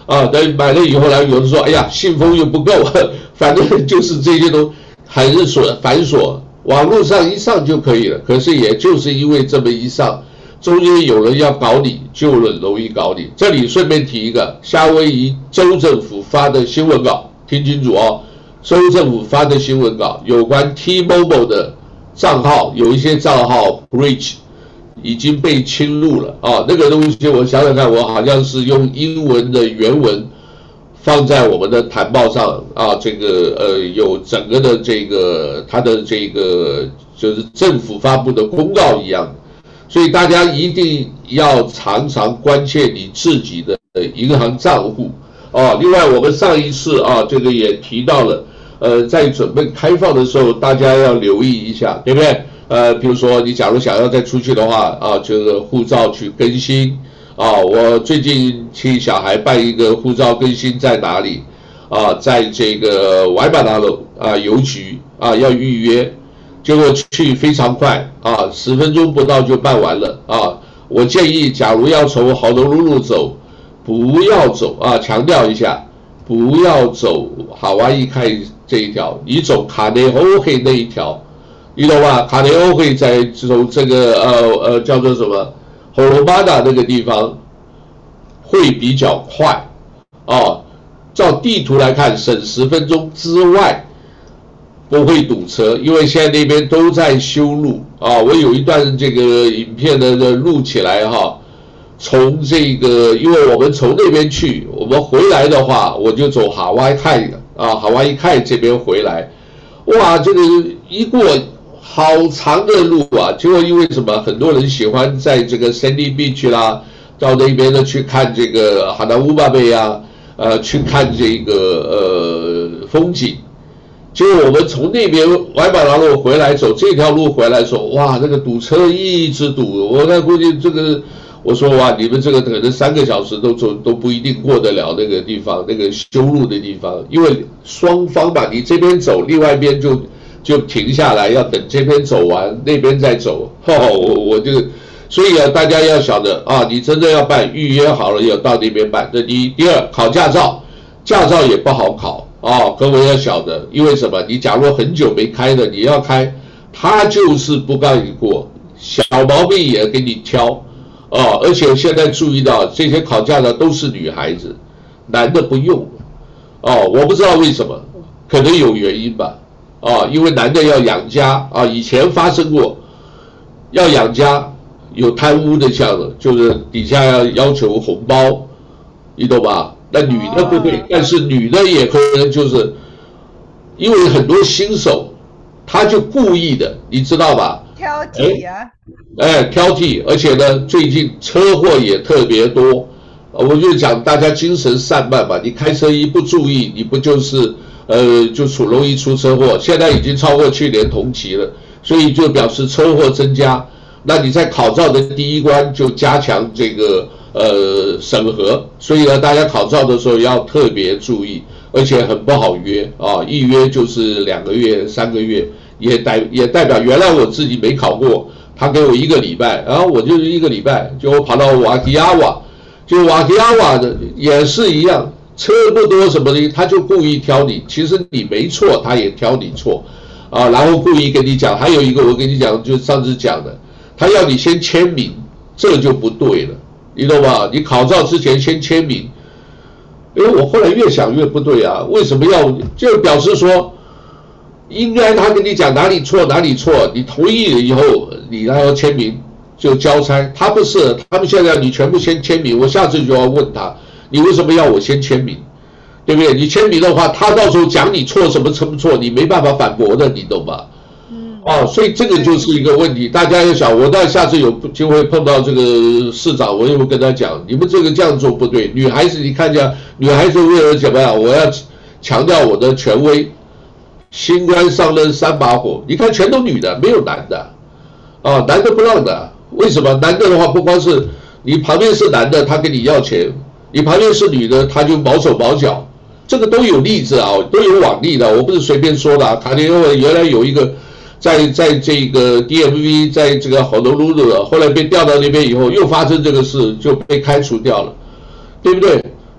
啊，等买了以后呢，有人说，哎呀，信封又不够，反正就是这些都很琐繁琐，网络上一上就可以了。可是也就是因为这么一上，中间有人要搞你，就很容易搞你。这里顺便提一个，夏威夷州政府发的新闻稿，听清楚哦，州政府发的新闻稿有关 T-Mobile 的账号，有一些账号 breach。已经被侵入了啊！那个东西我想想看，我好像是用英文的原文放在我们的谈报上啊，这个呃有整个的这个它的这个就是政府发布的公告一样，所以大家一定要常常关切你自己的银行账户啊。另外，我们上一次啊这个也提到了，呃，在准备开放的时候，大家要留意一下，对不对？呃，比如说你假如想要再出去的话啊，这个护照去更新啊，我最近替小孩办一个护照更新在哪里啊？在这个歪巴达路啊邮局啊要预约，结果去非常快啊，十分钟不到就办完了啊。我建议，假如要从豪德鲁路走，不要走啊，强调一下，不要走哈瓦伊开这一条，你走卡内欧黑那一条。你懂吧？卡内欧会在从这个呃呃叫做什么火龙巴达那个地方会比较快哦。照地图来看，省十分钟之外不会堵车，因为现在那边都在修路啊。我有一段这个影片的录起来哈，从这个因为我们从那边去，我们回来的话，我就走哈瓦伊开啊，哈瓦伊开这边回来，哇，这个一过。好长的路啊！结果因为什么？很多人喜欢在这个 Sandy Beach 啦，到那边呢去看这个哈达乌巴贝啊，呃，去看这个呃风景。结果我们从那边歪巴达路回来，走这条路回来的时候，哇，那个堵车一直堵。我那估计这个，我说哇，你们这个可能三个小时都走都不一定过得了那个地方，那个修路的地方，因为双方嘛，你这边走，另外一边就。就停下来，要等这边走完，那边再走。哦，我我就，所以啊，大家要晓得啊，你真的要办，预约好了要到那边办。这第一，第二，考驾照，驾照也不好考啊，各位要晓得，因为什么？你假如很久没开的，你要开，他就是不让你过，小毛病也给你挑啊。而且现在注意到，这些考驾照都是女孩子，男的不用哦，我不知道为什么，可能有原因吧。啊，因为男的要养家啊，以前发生过，要养家有贪污的项目，就是底下要要求红包，你懂吧？那女的不会，但是女的也可能就是，因为很多新手，他就故意的，你知道吧？ 挑剔呀、啊， 哎，挑剔，而且呢，最近车祸也特别多，我就讲大家精神散漫吧，你开车一不注意，你不就是。呃，就出容易出车祸，现在已经超过去年同期了，所以就表示车祸增加。那你在考照的第一关就加强这个呃审核，所以呢，大家考照的时候要特别注意，而且很不好约啊，一约就是两个月、三个月，也代也代表原来我自己没考过，他给我一个礼拜，然后我就是一个礼拜，就我跑到瓦提亚瓦，就瓦提亚瓦的也是一样。车不多什么的，他就故意挑你，其实你没错，他也挑你错，啊，然后故意跟你讲，还有一个我跟你讲，就上次讲的，他要你先签名，这就不对了，你懂吧？你考照之前先签名，因为我后来越想越不对啊，为什么要？就表示说，应该他跟你讲哪里错哪里错，你同意了以后，你还要签名就交差，他不是，他们现在你全部先签名，我下次就要问他。你为什么要我先签名，对不对？你签名的话，他到时候讲你错什么错不错，你没办法反驳的，你懂吧？嗯。哦，所以这个就是一个问题，大家要想，我到下次有机会碰到这个市长，我也会跟他讲，你们这个这样做不对。女孩子，你看一下，女孩子为了怎么样？我要强调我的权威。新官上任三把火，你看全都女的，没有男的，啊，男的不让的。为什么？男的的话，不光是你旁边是男的，他跟你要钱。你旁边是女的，她就毛手毛脚，这个都有例子啊，都有往例的，我不是随便说的、啊。卡迪欧原来有一个在在这个 D M V， 在这个好多路的，后来被调到那边以后，又发生这个事，就被开除掉了，对不对？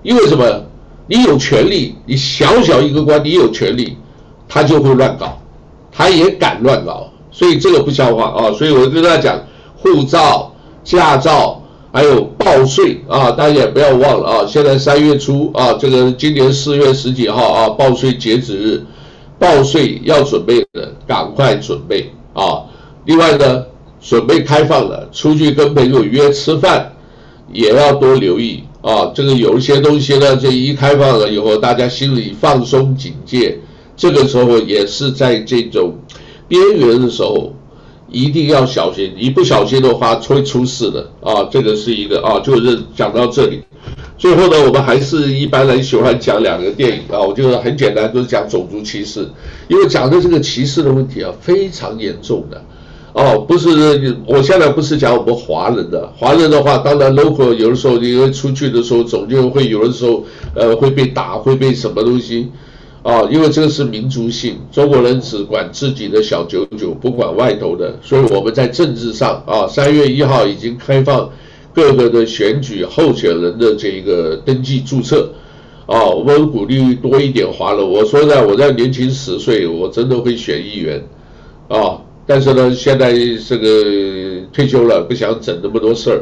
因为什么？你有权利，你小小一个官，你有权利，他就会乱搞，他也敢乱搞，所以这个不像话啊！所以我跟大家讲，护照、驾照还有报税啊，大家也不要忘了啊！现在三月初啊，这个今年四月十几号啊，报税截止日，报税要准备的赶快准备啊！另外呢，准备开放了，出去跟朋友约吃饭，也要多留意。啊，这个有一些东西呢，这一开放了以后，大家心里放松警戒，这个时候也是在这种边缘的时候，一定要小心，一不小心的话会出事的啊。这个是一个啊，就是讲到这里。最后呢，我们还是一般人喜欢讲两个电影啊，我觉得很简单，就是讲种族歧视，因为讲的这个歧视的问题啊，非常严重的。哦，不是，我现在不是讲我们华人的，华人的话，当然 local 有的时候因为出去的时候，总就会有的时候，呃，会被打，会被什么东西，啊，因为这个是民族性，中国人只管自己的小九九，不管外头的，所以我们在政治上啊，三月一号已经开放各个的选举候选人的这个登记注册，啊，我们鼓励多一点华人。我说呢，我在年轻十岁，我真的会选议员，啊。但是呢，现在这个退休了，不想整那么多事儿。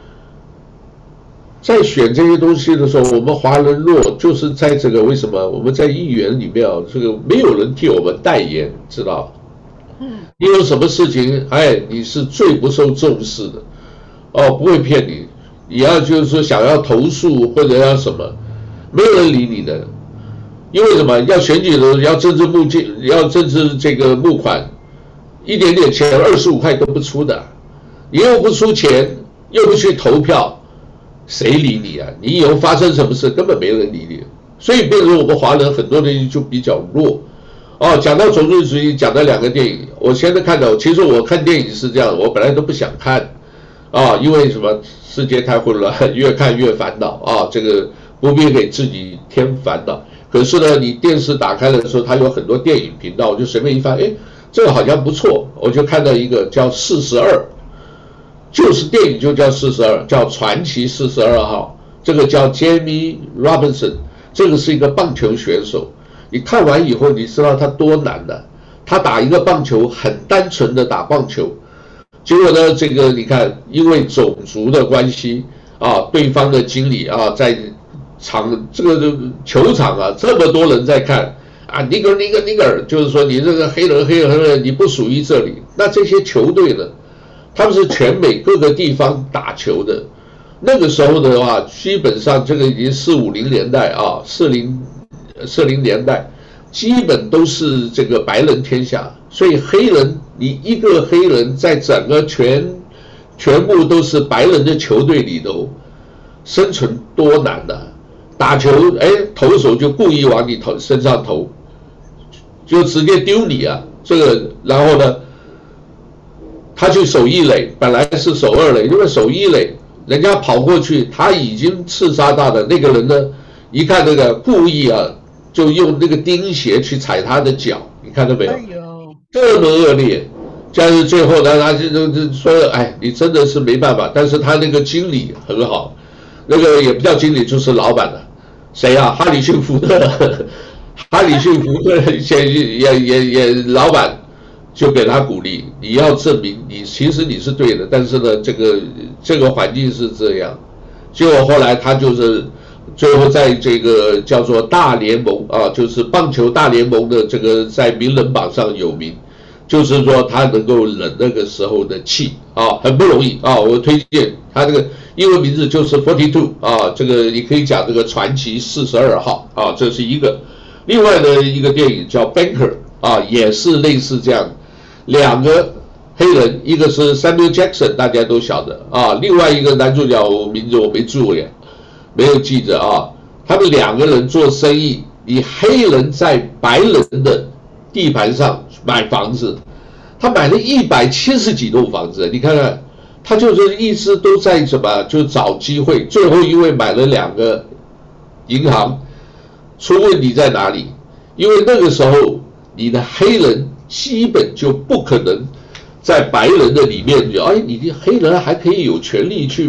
在选这些东西的时候，我们华人弱，就是在这个为什么我们在议员里面啊，这个没有人替我们代言，知道？嗯。你有什么事情，哎，你是最不受重视的，哦，不会骗你。你要就是说想要投诉或者要什么，没有人理你的，因为什么？要选举的时候要政治募金，要政治这个募款。一点点钱，二十五块都不出的，你又不出钱，又不去投票，谁理你啊？你以后发生什么事，根本没人理你。所以变成我们华人很多东西就比较弱。哦，讲到种族主义，讲到两个电影，我现在看到，其实我看电影是这样，我本来都不想看，啊，因为什么？世界太混乱，越看越烦恼啊，这个不必给自己添烦恼。可是呢，你电视打开的时候，它有很多电影频道，我就随便一翻，哎。这个好像不错，我就看到一个叫四十二，就是电影就叫四十二，叫传奇四十二号。这个叫 Jamie Robinson， 这个是一个棒球选手。你看完以后，你知道他多难的。他打一个棒球很单纯的打棒球，结果呢，这个你看，因为种族的关系啊，对方的经理啊，在场这个球场啊，这么多人在看。啊，尼格尼格尼格，就是说你这个黑人黑人黑人，你不属于这里。那这些球队呢，他们是全美各个地方打球的。那个时候的话，基本上这个已经四五零年代啊，四零四零年代，基本都是这个白人天下。所以黑人，你一个黑人在整个全全部都是白人的球队里头，生存多难的。打球，哎，投手就故意往你头身上投。就直接丢你啊！这个，然后呢，他去守一垒，本来是守二垒，因为守一垒，人家跑过去，他已经刺杀到的那个人呢，一看那个故意啊，就用那个钉鞋去踩他的脚，你看到没有？哎呦，这么恶劣！但是最后呢，他就就就说，哎，你真的是没办法。但是他那个经理很好，那个也不叫经理，就是老板了。谁啊？哈里逊福特。哈里逊福特也也也也老板就给他鼓励，你要证明你其实你是对的，但是呢，这个这个环境是这样。结果后来他就是最后在这个叫做大联盟啊，就是棒球大联盟的这个在名人榜上有名，就是说他能够忍那个时候的气啊，很不容易啊。我推荐他这个英文名字就是 四十二 啊，这个你可以讲这个传奇四十二号啊，这是一个。另外的一个电影叫《Banker》啊，也是类似这样，两个黑人，一个是 Samuel Jackson， 大家都晓得啊，另外一个男主角我名字我没注意，没有记着啊。他们两个人做生意，以黑人在白人的地盘上买房子，他买了一百七十几栋房子，你看看，他就是一直都在什么，就找机会，最后因为买了两个银行。出问题在哪里？因为那个时候你的黑人基本就不可能在白人的里面，就哎，你的黑人还可以有权利去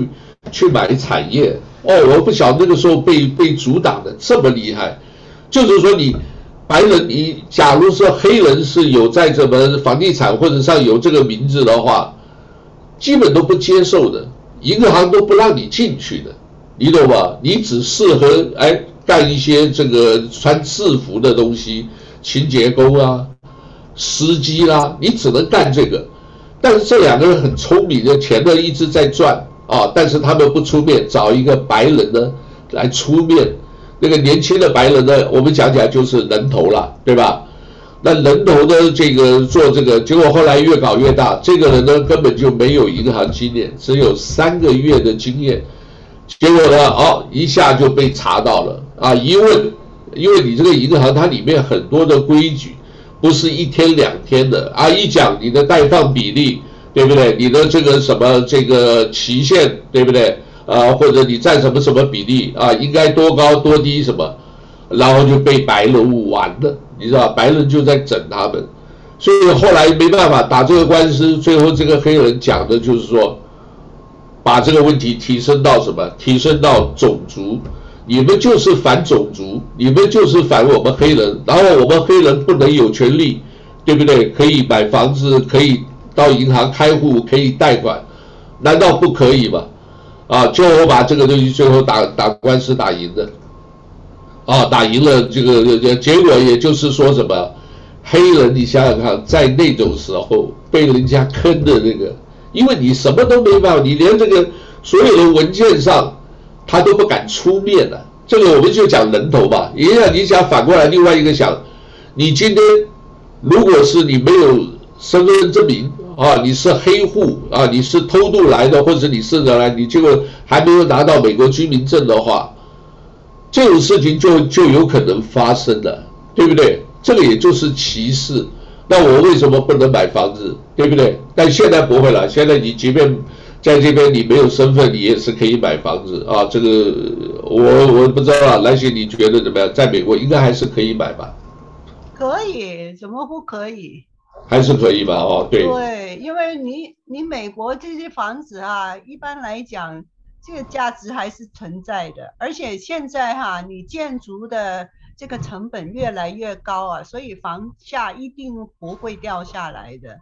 去买产业。哦，我不晓得那个时候被被阻挡的这么厉害，就是说你白人，你假如说黑人是有在什么房地产或者上有这个名字的话，基本都不接受的，银行都不让你进去的，你懂吧？你只适合哎干一些这个穿制服的东西，清洁工啊、司机啦、啊，你只能干这个。但是这两个人很聪明的，钱呢一直在赚啊，但是他们不出面，找一个白人呢来出面。那个年轻的白人呢，我们讲起来就是人头了，对吧？那人头的这个做这个，结果后来越搞越大。这个人呢根本就没有银行经验，只有三个月的经验。结果呢，哦，一下就被查到了啊！一问，因为你这个银行它里面很多的规矩，不是一天两天的啊。一讲你的贷放比例，对不对？你的这个什么这个期限，对不对？啊，或者你占什么什么比例啊？应该多高多低什么，然后就被白人玩了，你知道，白人就在整他们，所以后来没办法打这个官司，最后这个黑人讲的就是说，把这个问题提升到什么？提升到种族，你们就是反种族，你们就是反我们黑人，然后我们黑人不能有权利，对不对？可以买房子，可以到银行开户，可以贷款，难道不可以吗？啊，就我把这个东西最后打打官司打赢的，啊，打赢了这个结果，也就是说什么，黑人你想想看，在那种时候被人家坑的那个，因为你什么都没办法，你连这个所有的文件上他都不敢出面了。这个我们就讲人头吧，一样你想反过来，另外一个想，你今天如果是你没有身份证明。啊，你是黑户啊，你是偷渡来的，或者你是来，你结果还没有拿到美国居民证的话，这种事情就就有可能发生的，对不对？这个也就是歧视。那我为什么不能买房子，对不对？但现在不会了，现在你即便在这边你没有身份，你也是可以买房子啊。这个我我不知道啊，兰雪你觉得怎么样？在美国应该还是可以买吧？ 可以，怎么不可以？ 还是可以吧，哦，对， 对，因为你你美国这些房子啊，一般来讲，这个价值还是存在的，而且现在哈、啊，你建筑的这个成本越来越高啊，所以房价一定不会掉下来的。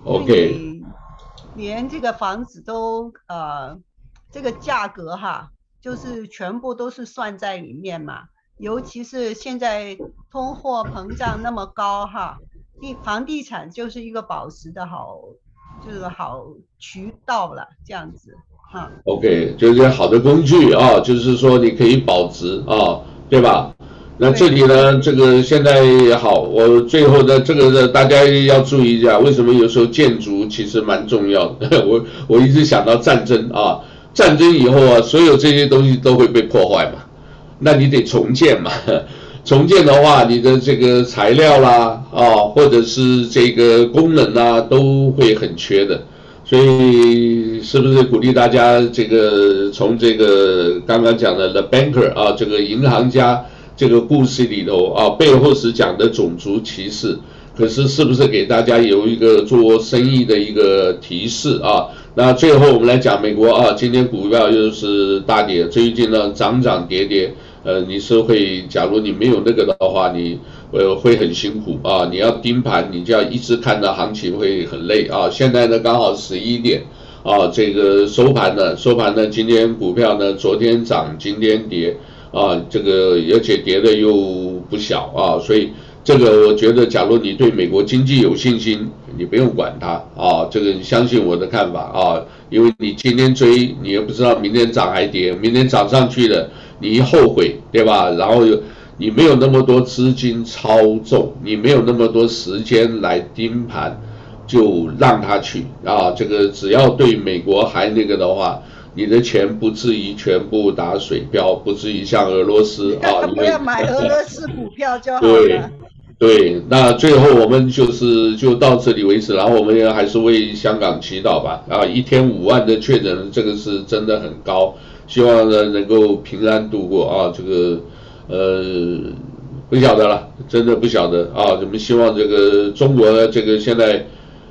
OK， 连这个房子都呃，这个价格哈，就是全部都是算在里面嘛，尤其是现在通货膨胀那么高哈。地房地产就是一个保值的好，就是好渠道了，这样子哈。 OK， 就是好的工具啊，就是说你可以保值啊，对吧？那这里呢，这个现在好，我最后呢，这个呢，大家要注意一下，为什么有时候建筑其实蛮重要的。我我一直想到战争啊，战争以后啊，所有这些东西都会被破坏嘛，那你得重建嘛。重建的话，你的这个材料啦，啊，或者是这个功能啊，都会很缺的。所以是不是鼓励大家这个从这个刚刚讲的 The Banker 啊，这个银行家这个故事里头啊，背后是讲的种族歧视，可是是不是给大家有一个做生意的一个提示啊？那最后我们来讲美国啊，今天股票又是大跌，最近呢涨涨跌跌。呃，你是会，假如你没有那个的话，你呃会很辛苦啊。你要盯盘，你就要一直看到行情会很累啊。现在呢刚好十一点啊，这个收盘呢，收盘呢，今天股票呢，昨天涨，今天跌啊，这个而且跌的又不小啊，所以这个我觉得，假如你对美国经济有信心，你不用管它啊，这个你相信我的看法啊，因为你今天追，你也不知道明天涨还跌，明天涨上去了。你一后悔，对吧？然后你没有那么多资金操纵，你没有那么多时间来盯盘，就让他去啊！这个只要对美国还那个的话，你的钱不至于全部打水漂，不至于像俄罗斯啊， 不要买俄罗斯股票就好了。 对对，那最后我们就是就到这里为止，然后我们也还是为香港祈祷吧。啊，一天五万的确诊，这个是真的很高。希望呢能够平安度过啊，这个呃不晓得了，真的不晓得啊。我们希望这个中国呢，这个现在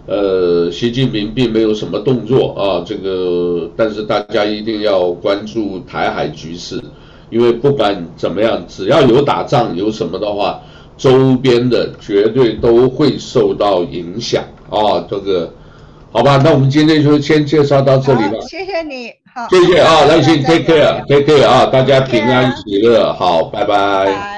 呃，习近平并没有什么动作啊，这个，但是大家一定要关注台海局势，因为不管怎么样，只要有打仗有什么的话，周边的绝对都会受到影响啊。这个，好吧，那我们今天就先介绍到这里吧。 谢谢你，好， 谢谢啊，来信 take care take care 啊，大家平安喜乐，好，拜拜。 拜。